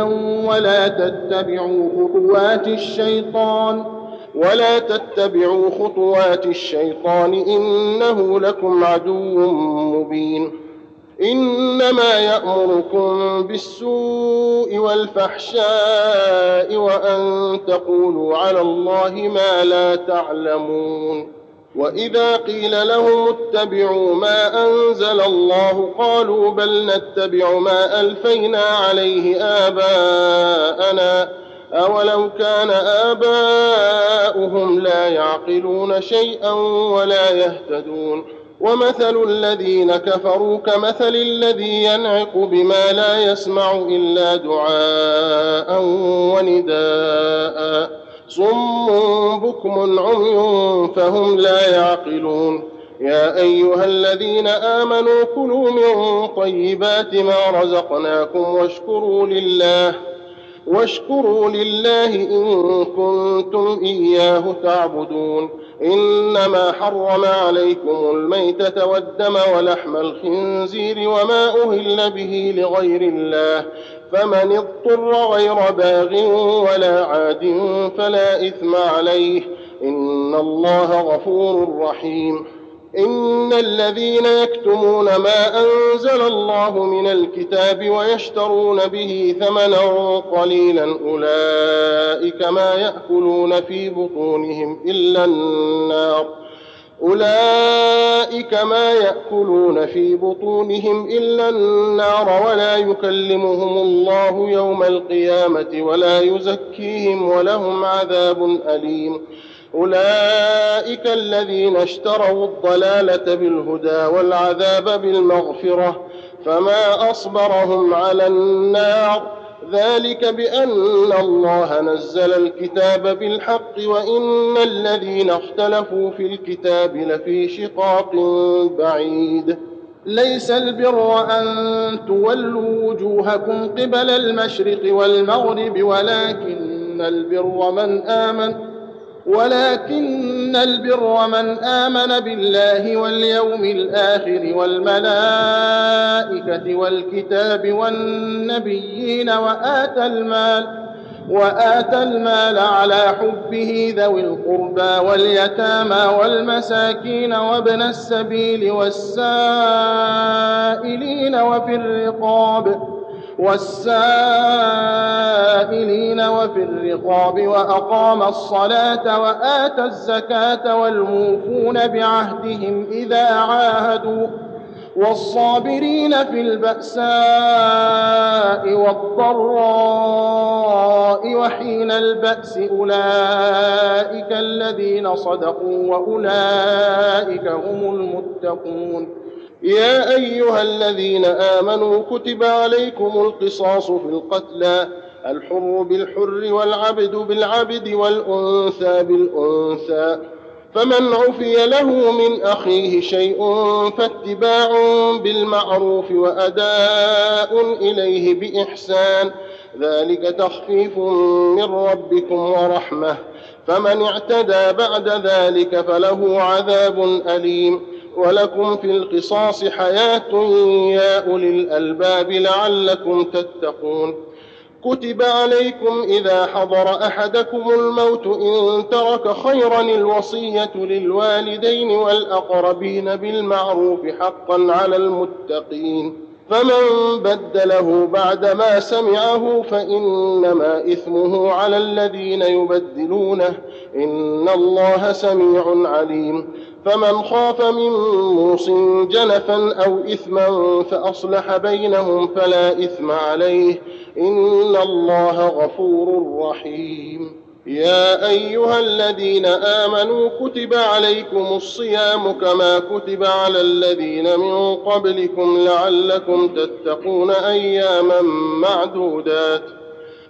ولا تتبعوا خطوات الشيطان إنه لكم عدو مبين. إنما يأمركم بالسوء والفحشاء وأن تقولوا على الله ما لا تعلمون. وإذا قيل لهم اتبعوا ما أنزل الله قالوا بل نتبع ما ألفينا عليه آباءنا أولو كان آباؤهم لا يعقلون شيئا ولا يهتدون. ومثل الذين كفروا كمثل الذي ينعق بما لا يسمع إلا دعاء ونداء صم بكم عمي فهم لا يعقلون. يا أيها الذين آمنوا كلوا من طيبات ما رزقناكم واشكروا لله إن كنتم إياه تعبدون. إنما حرم عليكم الميتة والدم ولحم الخنزير وما أهل به لغير الله فمن اضطر غير باغ ولا عاد فلا إثم عليه إن الله غفور رحيم. إن الذين يكتمون ما أنزل الله من الكتاب ويشترون به ثمنا قليلا أولئك ما يأكلون في بطونهم إلا النار ولا يكلمهم الله يوم القيامة ولا يزكيهم ولهم عذاب أليم. أولئك الذين اشتروا الضلالة بالهدى والعذاب بالمغفرة فما أصبرهم على النار ذلك بأن الله نزل الكتاب بالحق وإن الذين اختلفوا في الكتاب لفي شقاق بعيد. ليس البر أن تولوا وجوهكم قبل المشرق والمغرب ولكن البر من آمن بالله واليوم الآخر والملائكة والكتاب والنبيين وآتى المال على حبه ذوي القربى واليتامى والمساكين وابن السبيل والسائلين وفي الرقاب وأقام الصلاة وآتى الزكاة والموفون بعهدهم إذا عاهدوا والصابرين في البأساء والضراء وحين البأس أولئك الذين صدقوا وأولئك هم المتقون. يا أيها الذين آمنوا كتب عليكم القصاص في القتلى الحر بالحر والعبد بالعبد والأنثى بالأنثى فمن عفي له من أخيه شيء فاتباع بالمعروف وأداء إليه بإحسان ذلك تخفيف من ربكم ورحمة فمن اعتدى بعد ذلك فله عذاب أليم. ولكم في القصاص حياة يا أولي الألباب لعلكم تتقون. كتب عليكم إذا حضر أحدكم الموت إن ترك خيرا الوصية للوالدين والأقربين بالمعروف حقا على المتقين فمن بدله بعدما سمعه فإنما إثمه على الذين يبدلونه إن الله سميع عليم. فمن خاف من موص جنفا أو إثما فأصلح بينهم فلا إثم عليه إن الله غفور رحيم. يا أيها الذين آمنوا كتب عليكم الصيام كما كتب على الذين من قبلكم لعلكم تتقون أياما معدودات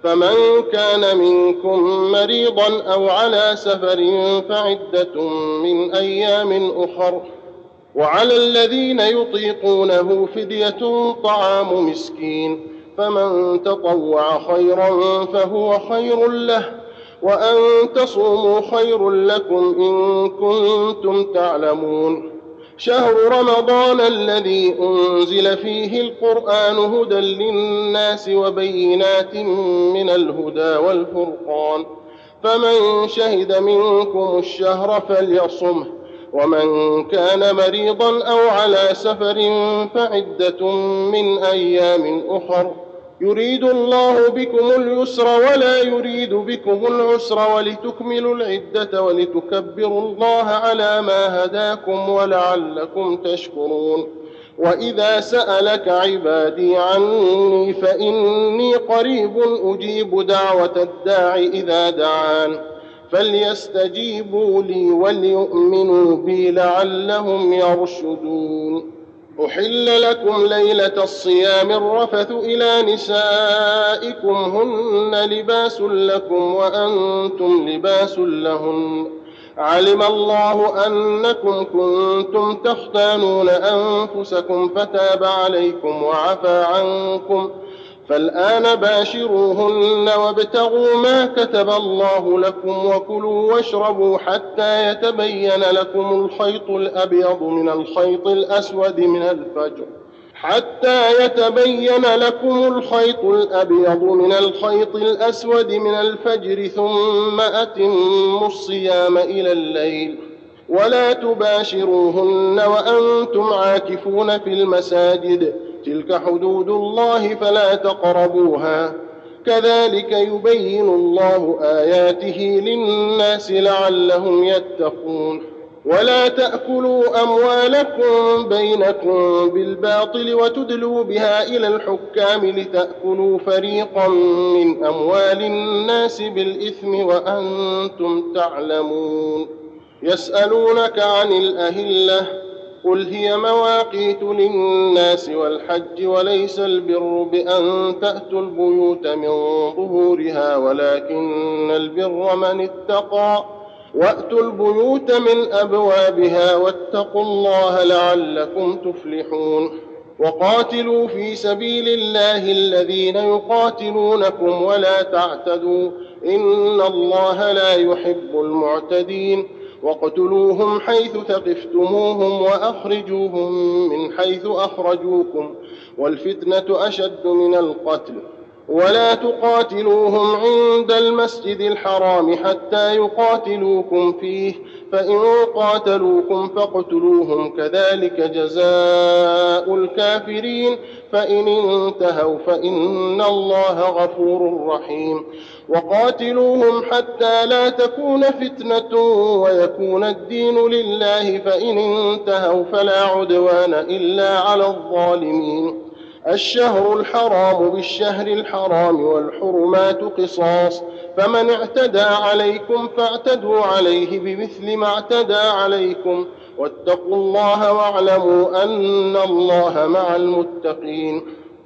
فمن كان منكم مريضا أو على سفر فعدة من أيام أخر، وعلى الذين يطيقونه فدية طعام مسكين، فمن تطوع خيرا فهو خير له، وأن تصوموا خير لكم إن كنتم تعلمون. شهر رمضان الذي أنزل فيه القرآن هدى للناس وبينات من الهدى والفرقان، فمن شهد منكم الشهر فليصمه، ومن كان مريضا أو على سفر فعدة من أيام أخر، يريد الله بكم اليسر ولا يريد بكم العسر ولتكملوا العدة ولتكبروا الله على ما هداكم ولعلكم تشكرون. وإذا سألك عبادي عني فإني قريب أجيب دعوة الداع إذا دعان، فليستجيبوا لي وليؤمنوا بي لعلهم يرشدون. أحل لكم ليلة الصيام الرفث إلى نسائكم هن لباس لكم وأنتم لباس لهن، علم الله أنكم كنتم تختانون أنفسكم فتاب عليكم وعفى عنكم، فالآن باشروهن وابتغوا ما كتب الله لكم وكلوا واشربوا حتى يتبين لكم الخيط الأبيض من الخيط الأسود من الفجر ثم أتموا الصيام إلى الليل، ولا تباشروهن وأنتم عاكفون في المساجد، تلك حدود الله فلا تقربوها، كذلك يبين الله آياته للناس لعلهم يتقون. ولا تأكلوا أموالكم بينكم بالباطل وتدلوا بها إلى الحكام لتأكلوا فريقا من أموال الناس بالإثم وأنتم تعلمون. يسألونك عن الأهلة، قل هي مواقيت للناس والحج، وليس البر بأن تأتوا البيوت من ظهورها ولكن البر من اتقى، وأتوا البيوت من أبوابها واتقوا الله لعلكم تفلحون. وقاتلوا في سبيل الله الذين يقاتلونكم ولا تعتدوا، إن الله لا يحب المعتدين. واقتلوهم حيث ثقفتموهم وأخرجوهم من حيث أخرجوكم، والفتنة أشد من القتل. ولا تقاتلوهم عند المسجد الحرام حتى يقاتلوكم فيه، فإن قاتلوكم فاقتلوهم، كذلك جزاء الكافرين، فإن انتهوا فإن الله غفور رحيم. وقاتلوهم حتى لا تكون فتنة ويكون الدين لله، فإن انتهوا فلا عدوان إلا على الظالمين. الشهر الحرام بالشهر الحرام والحرمات قصاص، فمن اعتدى عليكم فاعتدوا عليه بمثل ما اعتدى عليكم، واتقوا الله واعلموا أن الله مع المتقين.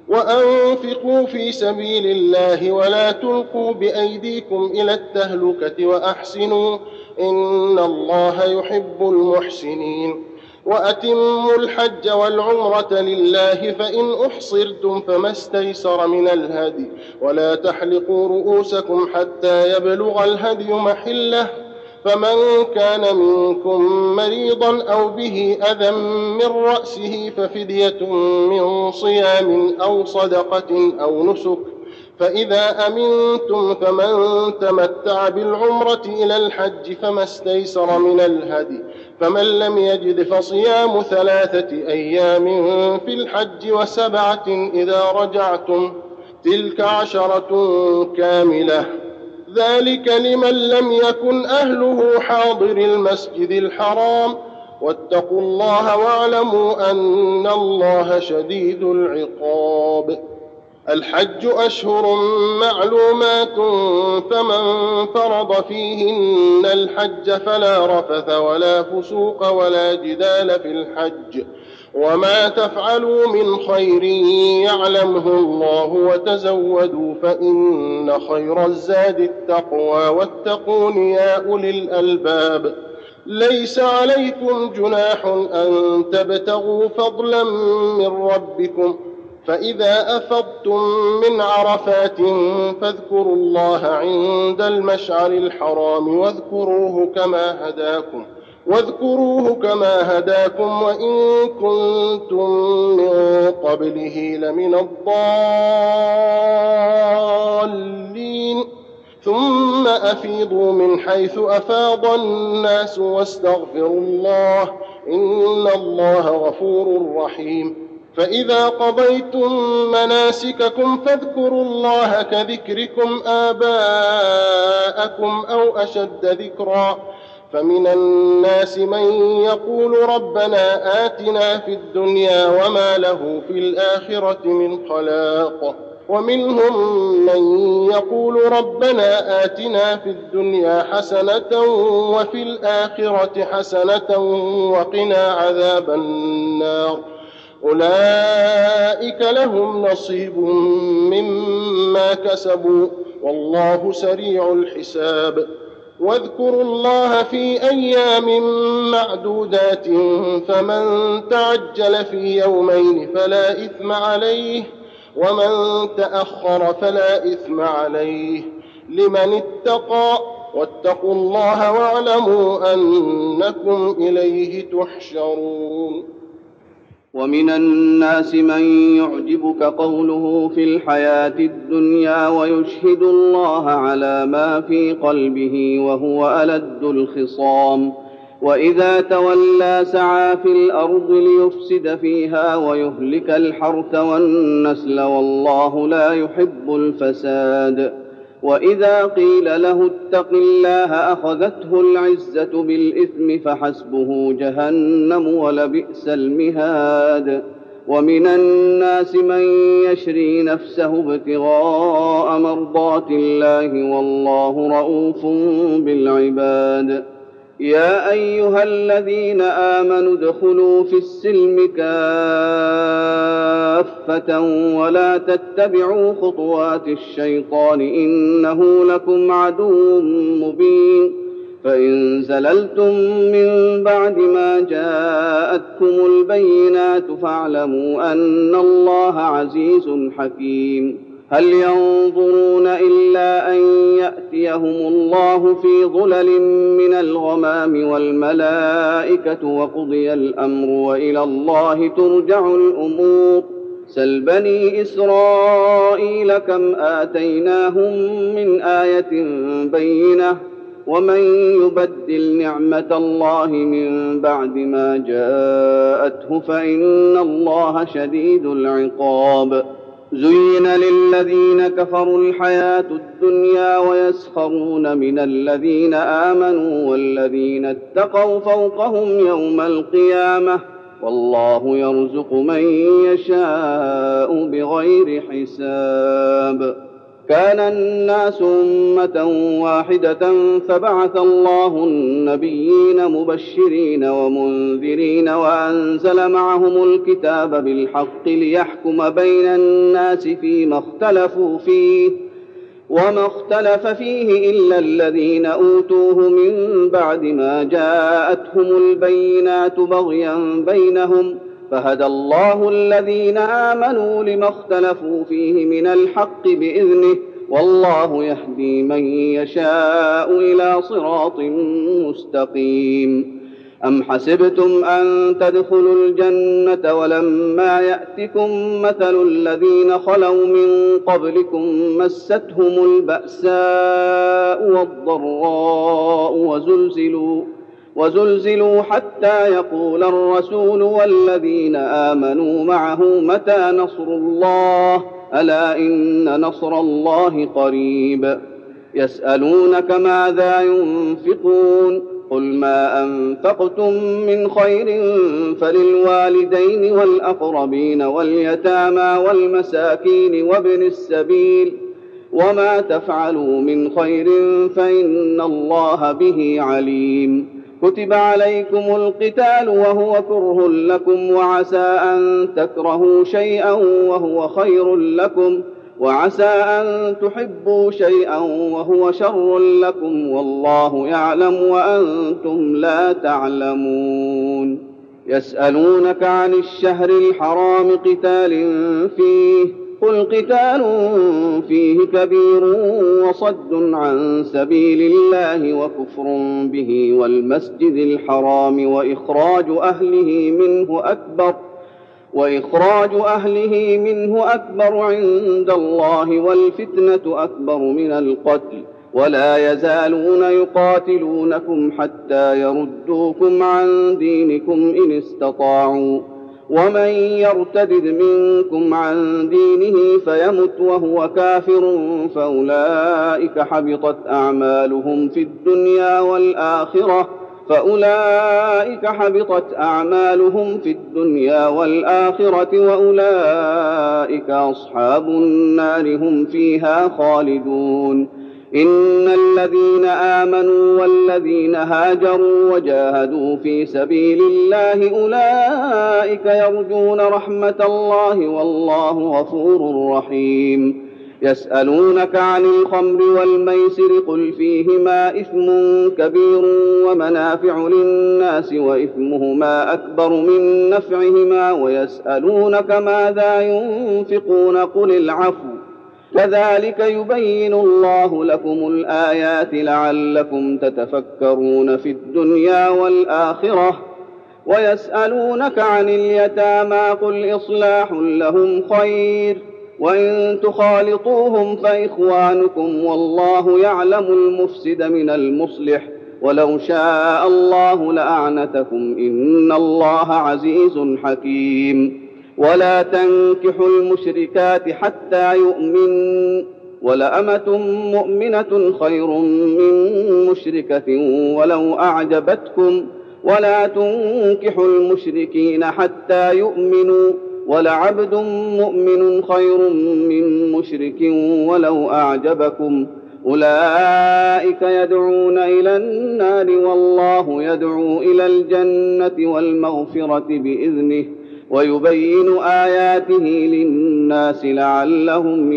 وأنفقوا في سبيل الله ولا تلقوا بأيديكم إلى التهلكة وأحسنوا إن الله يحب المحسنين. وأتموا الحج والعمرة لله، فإن أحصرتم فما استيسر من الهدي، ولا تحلقوا رؤوسكم حتى يبلغ الهدي محله، فمن كان منكم مريضا أو به أذى من رأسه ففدية من صيام أو صدقة أو نسك، فإذا أمنتم فمن تمتع بالعمرة إلى الحج فما استيسر من الهدي، فمن لم يجد فصيام 3 أيام في الحج و7 إذا رجعتم، تلك 10 كاملة، ذلك لمن لم يكن أهله حاضر المسجد الحرام. واتقوا الله واعلموا أن الله شديد العقاب. الحج أشهر معلومات، فمن فرض فيهن الحج فلا رفث ولا فسوق ولا جدال في الحج، وما تفعلوا من خير يعلمه الله وتزودوا فإن خير الزاد التقوى واتقون يا أولي الألباب. ليس عليكم جناح أن تبتغوا فضلا من ربكم فإذا أفضتم من عرفات فاذكروا الله عند المشعر الحرام واذكروه كما هداكم وإن كنتم من قبله لمن الضالين. ثم أفيضوا من حيث أفاض الناس واستغفروا الله إن الله غفور رحيم. فإذا قضيتم مناسككم فاذكروا الله كذكركم آباءكم أو أشد ذكرا. فمن الناس من يقول ربنا آتنا في الدنيا وما له في الآخرة من خلاق ومنهم من يقول ربنا آتنا في الدنيا حسنة وفي الآخرة حسنة وقنا عذاب النار. أولئك لهم نصيب مما كسبوا والله سريع الحساب. واذكروا الله في أيام معدودات فمن تعجل في يومين فلا إثم عليه ومن تأخر فلا إثم عليه لمن اتقى واتقوا الله واعلموا أنكم إليه تحشرون. ومن الناس من يعجبك قوله في الحياة الدنيا ويشهد الله على ما في قلبه وهو ألد الخصام وإذا تولى سعى في الأرض ليفسد فيها ويهلك الحرث والنسل والله لا يحب الفساد. وإذا قيل له اتق الله أخذته العزة بالإثم فحسبه جهنم ولبئس المهاد. ومن الناس من يشري نفسه ابتغاء مرضات الله والله رءوف بالعباد. يا أيها الذين آمنوا ادخلوا في السلم كافة ولا تتبعوا خطوات الشيطان إنه لكم عدو مبين. فإن زللتم من بعد ما جاءتكم البينات فاعلموا أن الله عزيز حكيم. هل ينظرون إلا أن يأتيهم الله في ظلل من الغمام والملائكة وقضي الأمر وإلى الله ترجع الأمور. سل بني إسرائيل كم آتيناهم من آية بينة ومن يبدل نعمة الله من بعد ما جاءته فإن الله شديد العقاب. زين للذين كفروا الحياة الدنيا ويسخرون من الذين آمنوا والذين اتقوا فوقهم يوم القيامة والله يرزق من يشاء بغير حساب. كان الناس أمة واحدة فبعث الله النبيين مبشرين ومنذرين وأنزل معهم الكتاب بالحق ليحكم بين الناس فيما اختلفوا فيه وما اختلف فيه إلا الذين أوتوه من بعد ما جاءتهم البينات بغيا بينهم فهدى الله الذين آمنوا لما اختلفوا فيه من الحق بإذنه والله يهدي من يشاء إلى صراط مستقيم. أم حسبتم أن تدخلوا الجنة ولما يأتكم مثل الذين خلوا من قبلكم مستهم البأساء والضراء وزلزلوا حتى يقول الرسول والذين آمنوا معه متى نصر الله ألا إن نصر الله قريب. يسألونك ماذا ينفقون قل ما أنفقتم من خير فللوالدين والأقربين واليتامى والمساكين وابن السبيل وما تفعلوا من خير فإن الله به عليم. كتب عليكم القتال وهو كره لكم وعسى أن تكرهوا شيئا وهو خير لكم وعسى أن تحبوا شيئا وهو شر لكم والله يعلم وأنتم لا تعلمون. يسألونك عن الشهر الحرام قتال فيه قل قتال فيه كبير وصد عن سبيل الله وكفر به والمسجد الحرام وإخراج أهله منه أكبر عند الله والفتنة أكبر من القتل ولا يزالون يقاتلونكم حتى يردوكم عن دينكم إن استطاعوا ومن يرتد منكم عن دينه فيمت وهو كافر فأولئك حبطت أعمالهم في الدنيا والآخرة وأولئك أصحاب النار هم فيها خالدون. إن الذين آمنوا والذين هاجروا وجاهدوا في سبيل الله أولئك يرجون رحمة الله والله غفور رحيم. يسألونك عن الخمر والميسر قل فيهما إثم كبير ومنافع للناس وإثمهما أكبر من نفعهما ويسألونك ماذا ينفقون قل العفو كذلك يبين الله لكم الآيات لعلكم تتفكرون في الدنيا والآخرة. ويسألونك عن اليتامى قل إصلاح لهم خير وإن تخالطوهم فإخوانكم والله يعلم المفسد من المصلح ولو شاء الله لأعنتكم إن الله عزيز حكيم. ولا تنكحوا المشركات حتى يؤمنوا ولأمة مؤمنة خير من مشركة ولو أعجبتكم ولا تنكحوا المشركين حتى يؤمنوا ولعبد مؤمن خير من مشرك ولو أعجبكم أولئك يدعون إلى النار والله يدعو إلى الجنة والمغفرة بإذنه ويبين آياته للناس لعلهم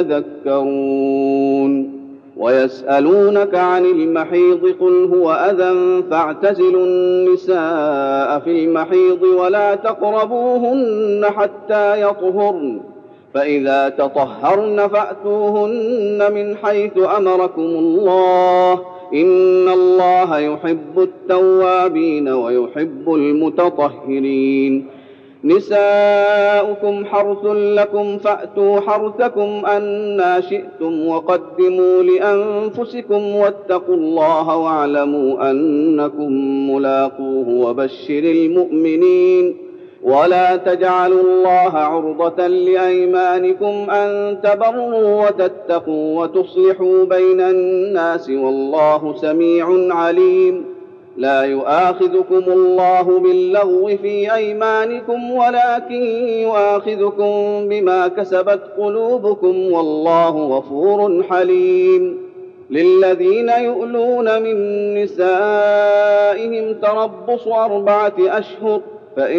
يتذكرون. ويسألونك عن المحيض قل هو أذى فاعتزلوا النساء في المحيض ولا تقربوهن حتى يطهرن فإذا تطهرن فأتوهن من حيث أمركم الله إن الله يحب التوابين ويحب المتطهرين. نساؤكم حرث لكم فأتوا حرثكم أنى شئتم وقدموا لأنفسكم واتقوا الله واعلموا أنكم ملاقوه وبشر المؤمنين. ولا تجعلوا الله عرضة لأيمانكم أن تبروا وتتقوا وتصلحوا بين الناس والله سميع عليم. لا يؤاخذكم الله باللغو في أيمانكم ولكن يؤاخذكم بما كسبت قلوبكم والله غفور حليم. للذين يؤلون من نسائهم تربص 4 أشهر فإن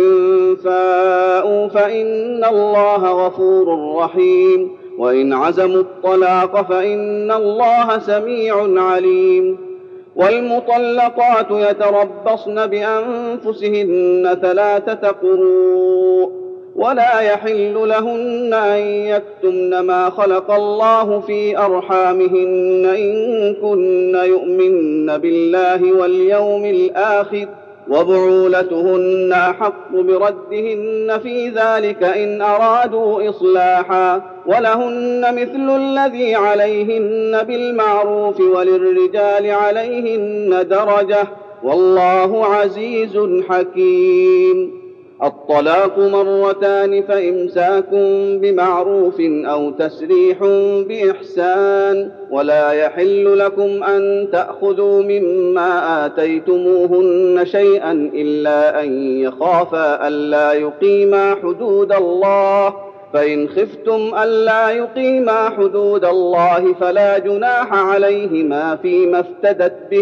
فاءوا فإن الله غفور رحيم وإن عزموا الطلاق فإن الله سميع عليم. والمطلقات يتربصن بأنفسهن 3 قروء ولا يحل لهن أن يكتمن ما خلق الله في أرحامهن إن كن يؤمن بالله واليوم الآخر وبعولتهن أحق بردهن في ذلك إن أرادوا إصلاحا ولهن مثل الذي عليهن بالمعروف وللرجال عليهن درجة والله عزيز حكيم. الطلاق 2 فإمساك بمعروف أو تسريح بإحسان ولا يحل لكم أن تأخذوا مما آتيتموهن شيئا إلا أن يخافا ألا يقيما حدود الله فإن خفتم ألا يقيما حدود الله فلا جناح عليهما فيما افتدت به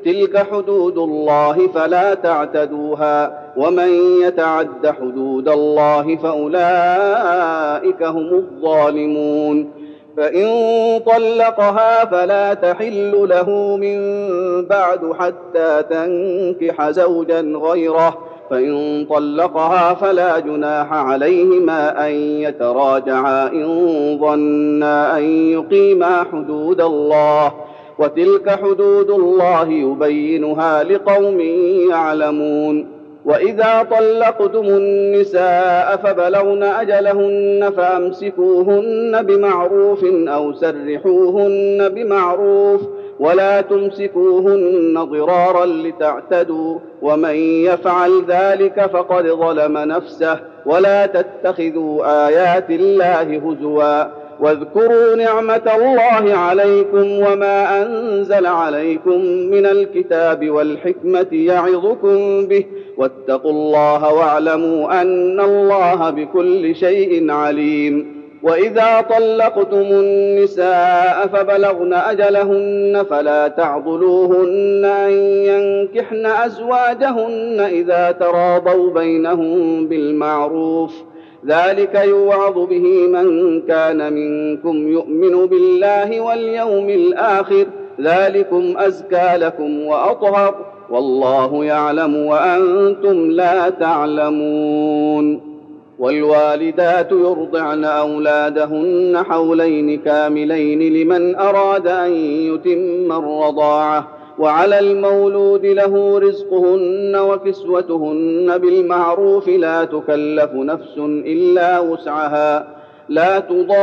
تلك حدود الله فلا تعتدوها ومن يتعد حدود الله فأولئك هم الظالمون. فإن طلقها فلا تحل له من بعد حتى تنكح زوجا غيره، فإن طلقها فلا جناح عليهما أن يتراجعا إن ظنا أن يقيما حدود الله، وتلك حدود الله يبينها لقوم يعلمون. وإذا طلقتم النساء فبلغن أجلهن فأمسكوهن بمعروف أو سرحوهن بمعروف، ولا تمسكوهن ضرارا لتعتدوا، ومن يفعل ذلك فقد ظلم نفسه. ولا تتخذوا آيات الله هزوا، واذكروا نعمة الله عليكم وما أنزل عليكم من الكتاب والحكمة يعظكم به، واتقوا الله واعلموا أن الله بكل شيء عليم. وإذا طلقتم النساء فبلغن أجلهن فلا تعضلوهن أن ينكحن أزواجهن إذا تراضوا بينهم بالمعروف، ذلك يوعظ به من كان منكم يؤمن بالله واليوم الآخر، ذلكم أزكى لكم وأطهر، والله يعلم وأنتم لا تعلمون. والوالدات يرضعن أولادهن حولين كاملين لمن أراد أن يتم الرضاعة، وعلى المولود له رزقهن وكسوتهن بالمعروف، لا تكلف نفس إلا وسعها، لا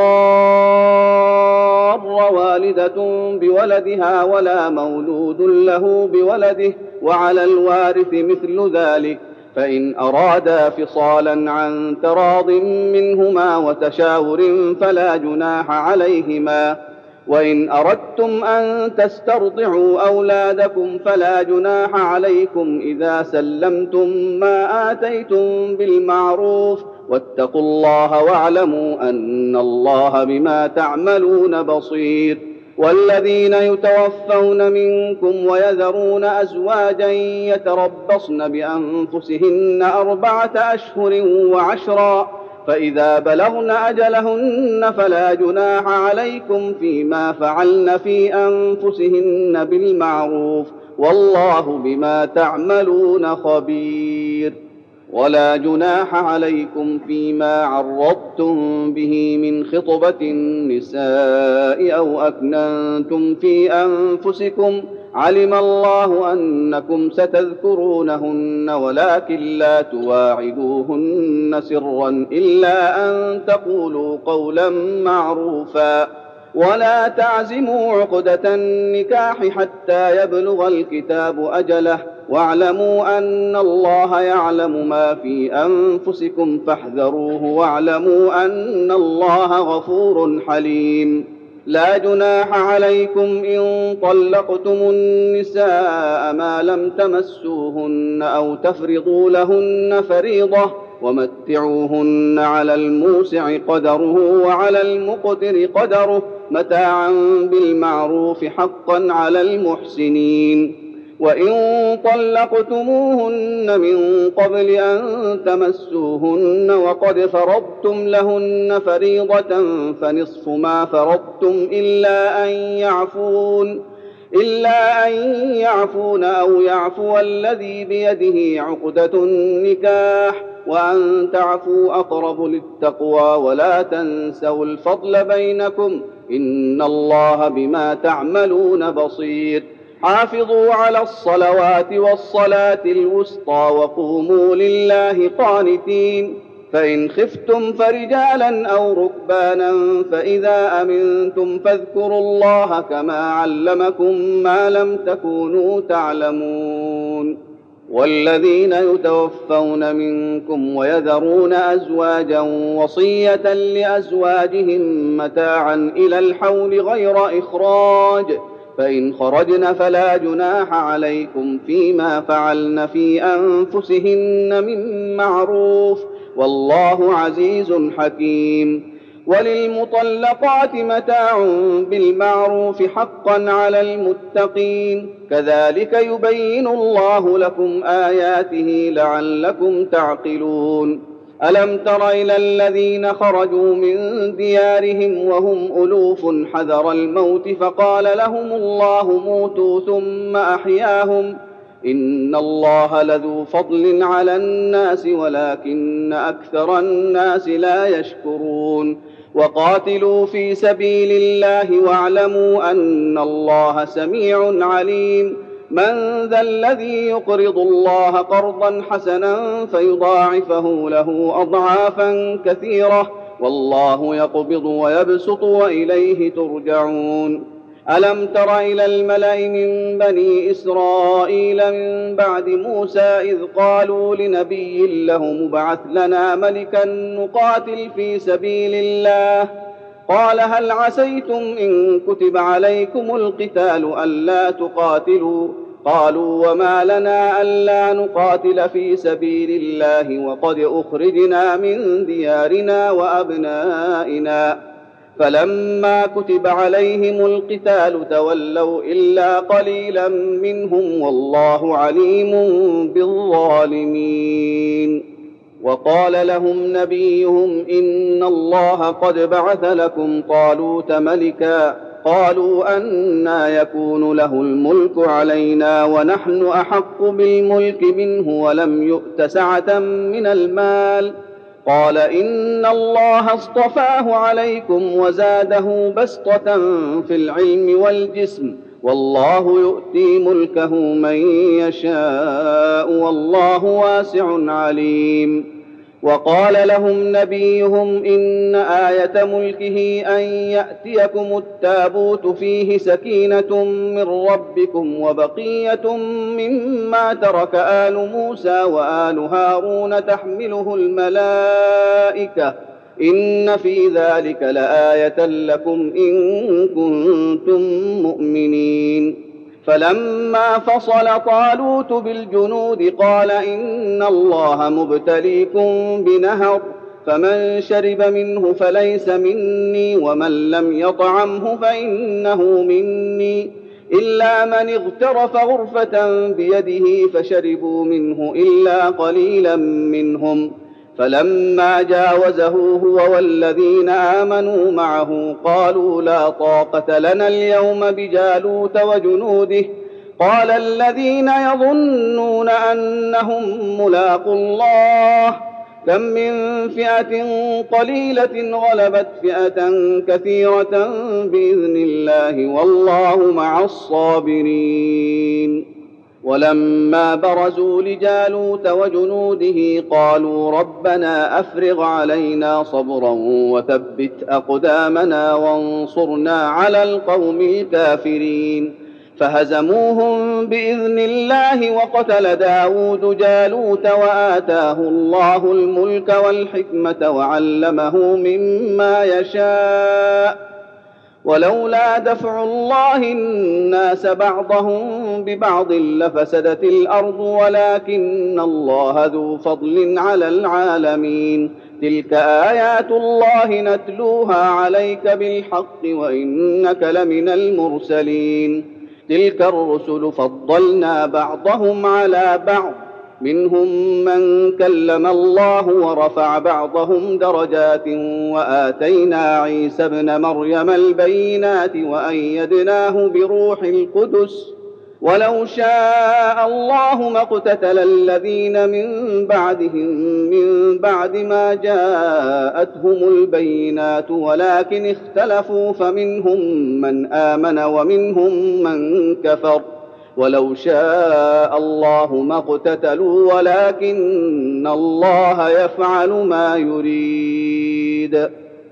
تضار والدة بولدها ولا مولود له بولده، وعلى الوارث مثل ذلك، فإن أرادا فصالا عن تراض منهما وتشاور فلا جناح عليهما. وإن أردتم أن تسترضعوا أولادكم فلا جناح عليكم إذا سلمتم ما آتيتم بالمعروف، واتقوا الله واعلموا أن الله بما تعملون بصير. والذين يتوفون منكم ويذرون أزواجا يتربصن بأنفسهن 4 أشهر و10، فإذا بلغن أجلهن فلا جناح عليكم فيما فعلن في أنفسهن بالمعروف، والله بما تعملون خبير. ولا جناح عليكم فيما عرضتم به من خطبة النساء أو أكننتم في أنفسكم، علم الله أنكم ستذكرونهن ولكن لا تواعدوهن سرا إلا أن تقولوا قولا معروفا. ولا تعزموا عقدة النكاح حتى يبلغ الكتاب أجله، واعلموا أن الله يعلم ما في أنفسكم فاحذروه، واعلموا أن الله غفور حليم. لا جناح عليكم إن طلقتم النساء ما لم تمسوهن أو تفرضوا لهن فريضة، ومتعوهن على الموسع قدره وعلى المقتر قدره متاعا بالمعروف حقا على المحسنين. وإن طلقتموهن من قبل أن تمسوهن وقد فرضتم لهن فريضة فنصف ما فرضتم إلا أن يعفون أو يعفو الذي بيده عقدة النكاح، وأن تعفوا أقرب للتقوى، ولا تنسوا الفضل بينكم، إن الله بما تعملون بصير. حافظوا على الصلوات والصلاة الوسطى وقوموا لله قانتين. فإن خفتم فرجالا أو ركبانا فإذا أمنتم فاذكروا الله كما علمكم ما لم تكونوا تعلمون. والذين يتوفون منكم ويذرون أزواجا وصية لأزواجهم متاعا إلى الحول غير إخراج، فإن خرجن فلا جناح عليكم فيما فعلن في أنفسهن من معروف، والله عزيز حكيم. وللمطلقات متاع بالمعروف حقا على المتقين كذلك يبين الله لكم آياته لعلكم تعقلون ألم تر إلى الذين خرجوا من ديارهم وهم ألوف حذر الموت فقال لهم الله موتوا ثم أحياهم إن الله لذو فضل على الناس ولكن أكثر الناس لا يشكرون وقاتلوا في سبيل الله واعلموا أن الله سميع عليم من ذا الذي يقرض الله قرضا حسنا فيضاعفه له أضعافا كثيرة والله يقبض ويبسط وإليه ترجعون ألم تر إلى الملأ من بني إسرائيل من بعد موسى إذ قالوا لنبي له ابعث لنا ملكا نقاتل في سبيل الله قال هل عسيتم إن كتب عليكم القتال ألا تقاتلوا قالوا وما لنا ألا نقاتل في سبيل الله وقد أخرجنا من ديارنا وأبنائنا فلما كتب عليهم القتال تولوا إلا قليلا منهم والله عليم بالظالمين وقال لهم نبيهم إن الله قد بعث لكم طالوت ملكا قالوا أنى يكون له الملك علينا ونحن أحق بالملك منه ولم يؤت سعة من المال قال إن الله اصطفاه عليكم وزاده بسطة في العلم والجسم والله يؤتي ملكه من يشاء والله واسع عليم وقال لهم نبيهم إن آية ملكه أن يأتيكم التابوت فيه سكينة من ربكم وبقية مما ترك آل موسى وآل هارون تحمله الملائكة إن في ذلك لآية لكم إن كنتم مؤمنين فلما فصل طالوت بالجنود قال إن الله مبتليكم بنهر فمن شرب منه فليس مني ومن لم يطعمه فإنه مني إلا من اغترف غرفة بيده فشربوا منه إلا قليلا منهم فلما جاوزه هو والذين آمنوا معه قالوا لا طاقة لنا اليوم بجالوت وجنوده قال الذين يظنون أنهم ملاقو الله كم من فئة قليلة غلبت فئة كثيرة بإذن الله والله مع الصابرين ولما برزوا لجالوت وجنوده قالوا ربنا أفرغ علينا صبرا وثبت أقدامنا وانصرنا على القوم الكافرين فهزموهم بإذن الله وقتل داود جالوت وآتاه الله الملك والحكمة وعلمه مما يشاء ولولا دفع الله الناس بعضهم ببعض لفسدت الأرض ولكن الله ذو فضل على العالمين تلك آيات الله نتلوها عليك بالحق وإنك لمن المرسلين تلك الرسل فضلنا بعضهم على بعض منهم من كلم الله ورفع بعضهم درجات وآتينا عيسى ابن مريم البينات وأيدناه بروح القدس ولو شاء الله ما اقتتل الذين من بعدهم من بعد ما جاءتهم البينات ولكن اختلفوا فمنهم من آمن ومنهم من كفر ولو شاء الله ما اقتتلوا ولكن الله يفعل ما يريد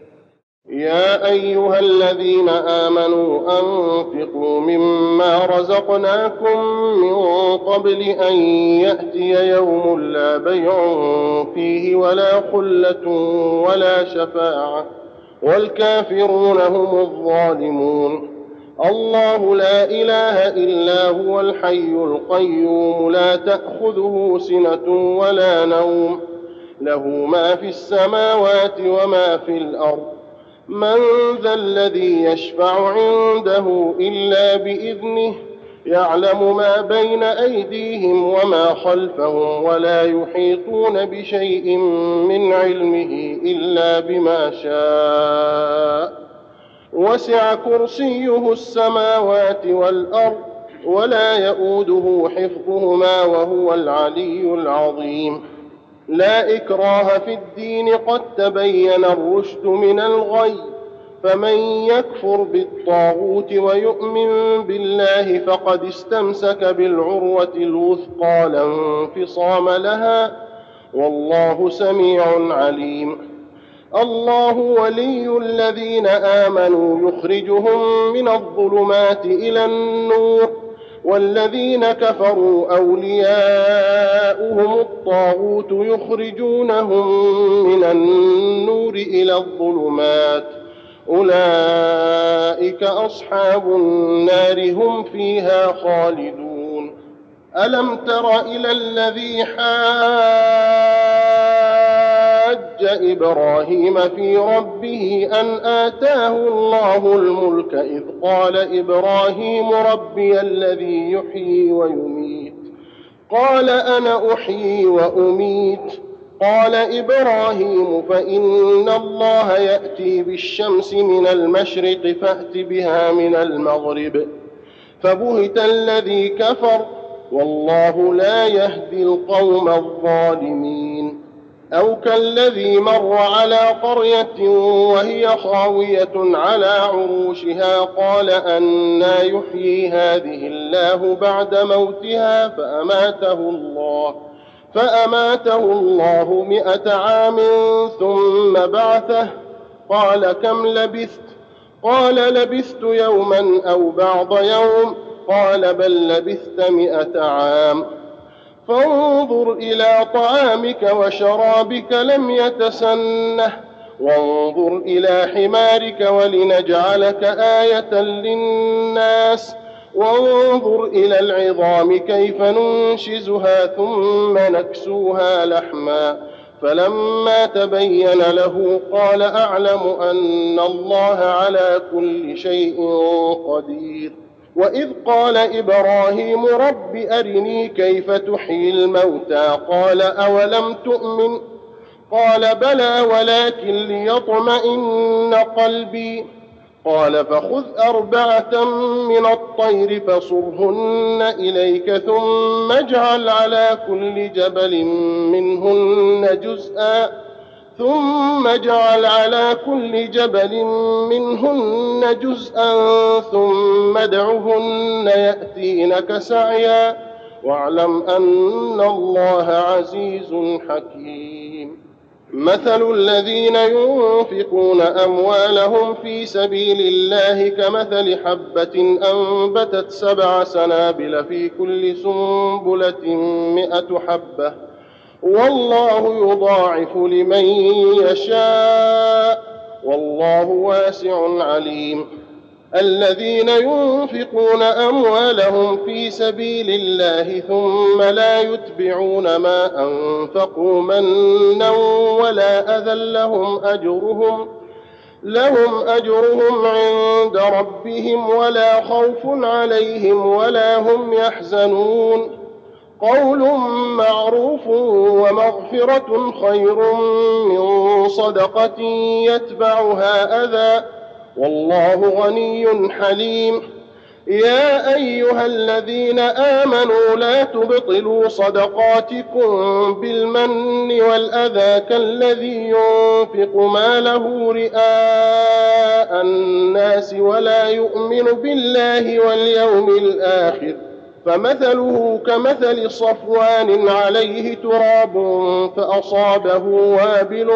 يا أيها الذين آمنوا أنفقوا مما رزقناكم من قبل أن يأتي يوم لا بيع فيه ولا خلة ولا شفاعة والكافرون هم الظالمون الله لا إله إلا هو الحي القيوم لا تأخذه سنة ولا نوم له ما في السماوات وما في الأرض من ذا الذي يشفع عنده إلا بإذنه يعلم ما بين أيديهم وما خلفهم ولا يحيطون بشيء من علمه إلا بما شاء وسع كرسيه السماوات والأرض ولا يئوده حفظهما وهو العلي العظيم. لا إكراه في الدين قد تبين الرشد من الغي فمن يكفر بالطاغوت ويؤمن بالله فقد استمسك بالعروة الوثقى لا انفصام لها والله سميع عليم. الله ولي الذين آمنوا يخرجهم من الظلمات إلى النور والذين كفروا أولياؤهم الطاغوت يخرجونهم من النور إلى الظلمات أولئك أصحاب النار هم فيها خالدون. ألم تر إلى الذي حاج إبراهيم في ربه أن آتاه الله الملك إذ قال إبراهيم ربي الذي يحيي ويميت قال أنا أحيي وأميت قال إبراهيم فإن الله يأتي بالشمس من المشرق فأت بها من المغرب فبهت الذي كفر والله لا يهدي القوم الظالمين. أو كالذي مر على قرية وهي خاوية على عروشها قال أنى يحيي هذه الله بعد موتها فأماته الله 100 عام ثم بعثه قال كم لبثت قال لبثت يوما أو بعض يوم قال بل لبثت 100 عام فانظر إلى طعامك وشرابك لم يتسنه وانظر إلى حمارك ولنجعلك آية للناس وانظر إلى العظام كيف ننشزها ثم نكسوها لحما فلما تبين له قال أعلم أن الله على كل شيء قدير. وإذ قال إبراهيم رب أرني كيف تحيي الموتى قال أولم تؤمن قال بلى ولكن ليطمئن قلبي قال فخذ 4 من الطير فصرهن إليك ثم اجعل على كل جبل منهن جزءا ثم ادعهن يأتينك سعيا واعلم أن الله عزيز حكيم. مثل الذين ينفقون أموالهم في سبيل الله كمثل حبة أنبتت 7 سنابل في كل سنبلة 100 حبة والله يضاعف لمن يشاء والله واسع عليم. الذين ينفقون أموالهم في سبيل الله ثم لا يتبعون ما أنفقوا منا ولا أذى لهم أجرهم عند ربهم ولا خوف عليهم ولا هم يحزنون. قول معروف ومغفرة خير من صدقة يتبعها أذى والله غني حليم. يا أيها الذين آمنوا لا تبطلوا صدقاتكم بالمن والأذى كالذي ينفق ماله رئاء الناس ولا يؤمن بالله واليوم الآخر فمثله كمثل صفوان عليه تراب فأصابه وابل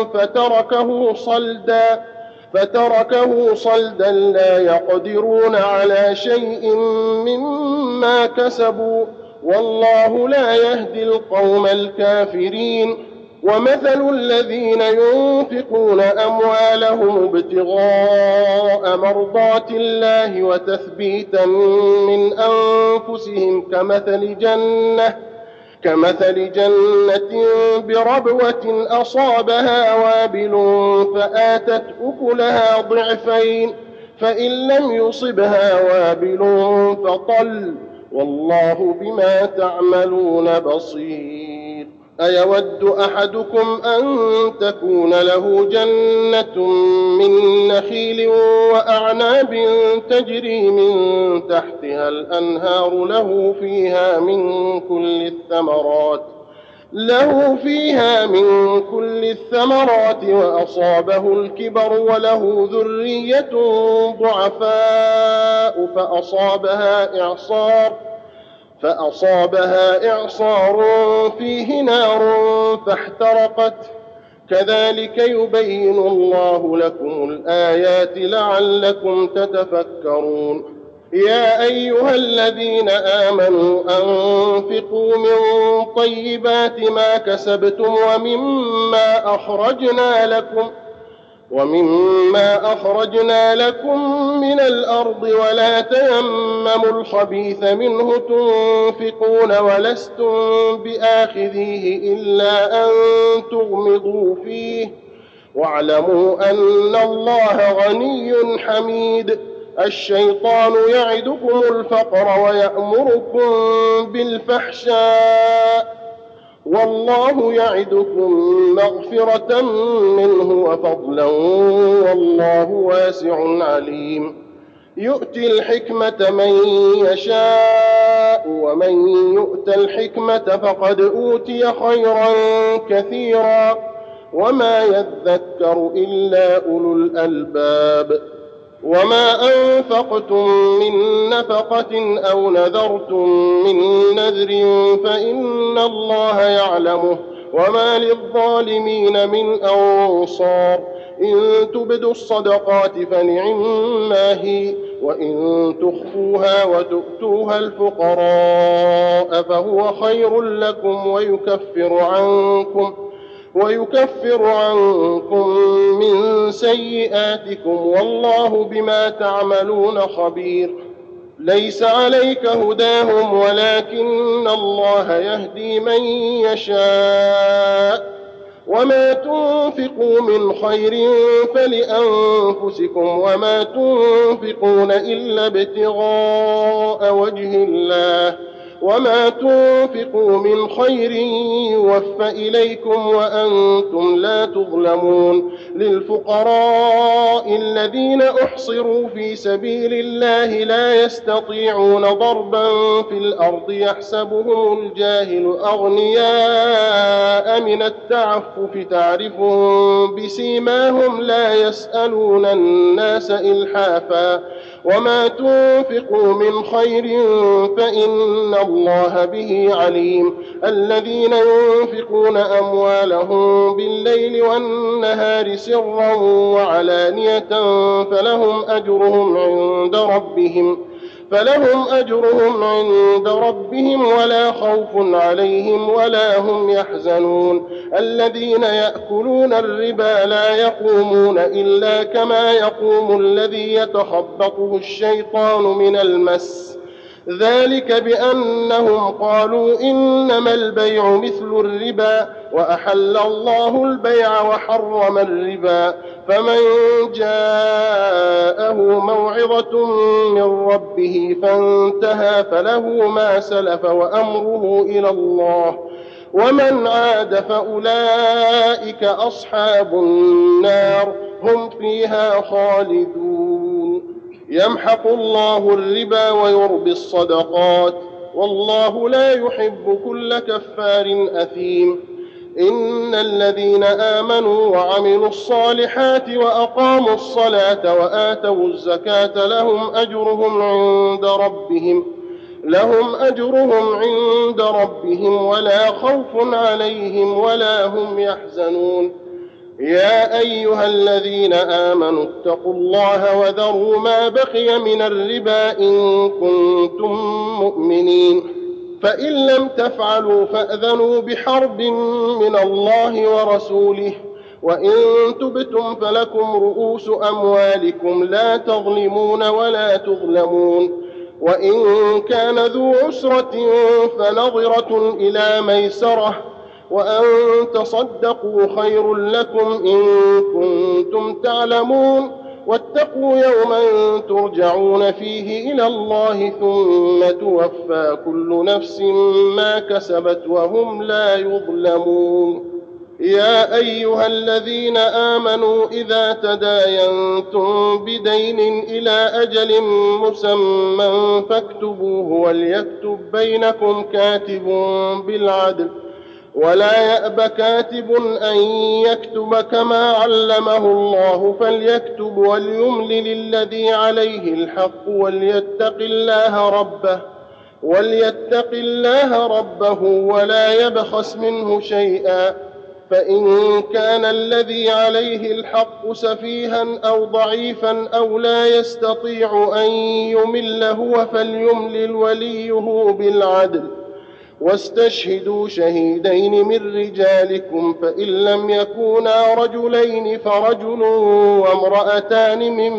فتركه صلدا لا يقدرون على شيء مما كسبوا والله لا يهدي القوم الكافرين. ومثل الذين ينفقون أموالهم ابتغاء مرضات الله وتثبيتا من أنفسهم كمثل جنة بربوة أصابها وابل فآتت أكلها ضعفين فإن لم يصبها وابل فطل والله بما تعملون بصير. أيود أحدكم أن تكون له جنة من نخيل وأعناب تجري من تحتها الأنهار له فيها من كل الثمرات وأصابه الكبر وله ذرية ضعفاء فأصابها إعصار فيه نار فاحترقت كذلك يبين الله لكم الآيات لعلكم تتفكرون. يا أيها الذين آمنوا أنفقوا من طيبات ما كسبتم ومما أخرجنا لكم من الأرض ولا تيمموا الخبيث منه تنفقون ولستم بآخذيه إلا أن تغمضوا فيه واعلموا أن الله غني حميد. الشيطان يعدكم الفقر ويأمركم بالفحشاء والله يعدكم مغفرة منه وفضلا والله واسع عليم. يؤتي الحكمة من يشاء ومن يؤت الحكمة فقد أوتي خيرا كثيرا وما يذكر إلا أولو الألباب. وما أنفقتم من نفقة أو نذرتم من نذر فإن الله يعلمه وما للظالمين من أنصار. إن تبدوا الصدقات فنعما هي وإن تخفوها وتؤتوها الفقراء فهو خير لكم ويكفر عنكم من سيئاتكم والله بما تعملون خبير. ليس عليك هداهم ولكن الله يهدي من يشاء وما تنفقوا من خير فلأنفسكم وما تنفقون إلا ابتغاء وجه الله وما تنفقوا من خير يوفى إليكم وأنتم لا تظلمون. للفقراء الذين أحصروا في سبيل الله لا يستطيعون ضربا في الأرض يحسبهم الجاهل أغنياء من التعفف تعرفهم بسيماهم لا يسألون الناس إلحافا وما تنفقوا من خير فإن الله به عليم. الذين ينفقون أموالهم بالليل والنهار سرا وعلانية فلهم أجرهم عند ربهم ولا خوف عليهم ولا هم يحزنون. الذين يأكلون الربا لا يقومون إلا كما يقوم الذي يتخبطه الشيطان من المس ذلك بأنهم قالوا إنما البيع مثل الربا وأحل الله البيع وحرم الربا. فمن جاءه موعظة من ربه فانتهى فله ما سلف وأمره إلى الله ومن عاد فأولئك أصحاب النار هم فيها خالدون. يمحق الله الربا ويربي الصدقات والله لا يحب كل كفار أثيم. إن الذين آمنوا وعملوا الصالحات وأقاموا الصلاة وآتوا الزكاة لهم أجرهم عند ربهم ولا خوف عليهم ولا هم يحزنون. يا أيها الذين آمنوا اتقوا الله وذروا ما بقي من الربا إن كنتم مؤمنين فإن لم تفعلوا فأذنوا بحرب من الله ورسوله وإن تبتم فلكم رؤوس أموالكم لا تظلمون ولا تظلمون. وإن كان ذو عسرة فنظرة إلى ميسرة وأن تصدقوا خير لكم إن كنتم تعلمون واتقوا يوما ترجعون فيه إلى الله ثم توفى كل نفس ما كسبت وهم لا يظلمون. يا أيها الذين آمنوا إذا تداينتم بدين إلى أجل مسمى فاكتبوه وليكتب بينكم كاتب بالعدل ولا يأب كاتب أن يكتب كما علمه الله فليكتب وليملل الذي عليه الحق وليتق الله ربه ولا يبخس منه شيئا فإن كان الذي عليه الحق سفيها أو ضعيفا أو لا يستطيع أن يمل هو فليملل وليه بالعدل واستشهدوا شهيدين من رجالكم فإن لم يكونا رجلين فرجل وامرأتان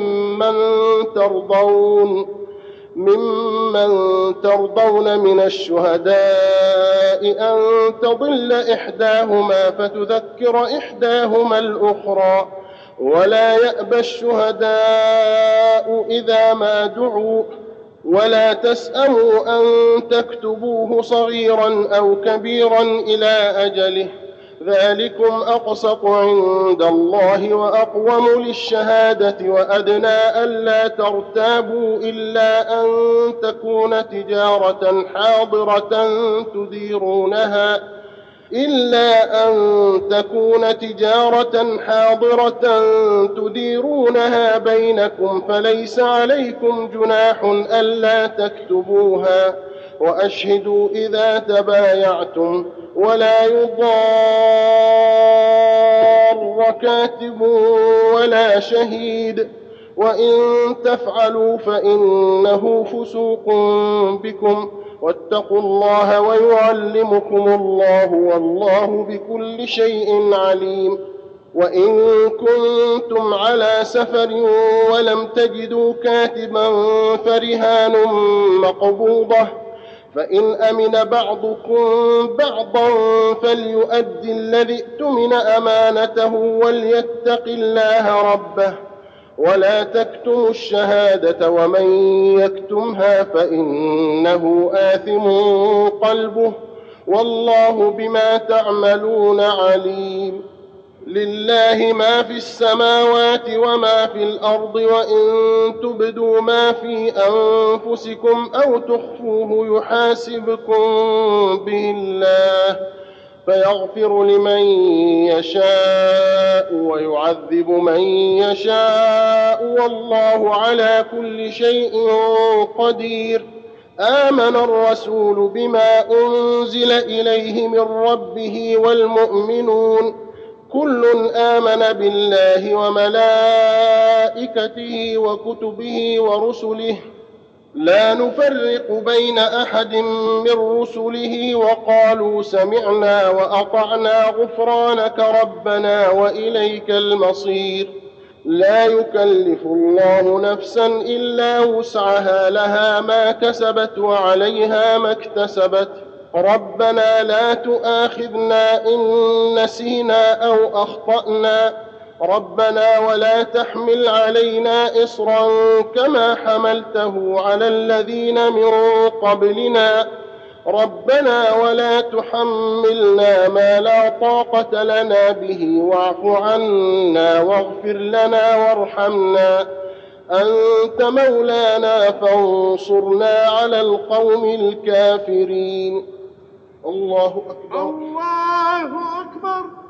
ممن ترضون من الشهداء أن تضل إحداهما فتذكر إحداهما الأخرى ولا يأبى الشهداء إذا ما دعوا ولا تسأموا أن تكتبوه صغيرا أو كبيرا إلى أجله ذلكم أقسط عند الله وأقوم للشهادة وأدنى ألا ترتابوا إلا أن تكون تجارة حاضرة تديرونها بينكم فليس عليكم جناح ألا تكتبوها وأشهدوا إذا تبايعتم ولا يضار كاتب ولا شهيد وإن تفعلوا فإنه فسوق بكم واتقوا الله ويعلمكم الله والله بكل شيء عليم. وإن كنتم على سفر ولم تجدوا كاتبا فرهان مقبوضة فإن أمن بعضكم بعضا فليؤدي الذي اؤتمن أمانته وليتق الله ربه ولا تكتموا الشهادة ومن يكتمها فإنه آثم قلبه والله بما تعملون عليم. لله ما في السماوات وما في الأرض وإن تبدوا ما في أنفسكم أو تخفوه يحاسبكم به الله فيغفر لمن يشاء ويعذب من يشاء والله على كل شيء قدير. آمن الرسول بما أنزل إليه من ربه والمؤمنون كل آمن بالله وملائكته وكتبه ورسله لا نفرق بين أحد من رسله وقالوا سمعنا وأطعنا غفرانك ربنا وإليك المصير. لا يكلف الله نفسا إلا وسعها لها ما كسبت وعليها ما اكتسبت ربنا لا تؤاخذنا إن نسينا أو أخطأنا ربنا ولا تحمل علينا إصرا كما حملته على الذين من قبلنا ربنا ولا تحملنا ما لا طاقة لنا به واعف عنا واغفر لنا وارحمنا أنت مولانا فانصرنا على القوم الكافرين. الله أكبر. الله أكبر.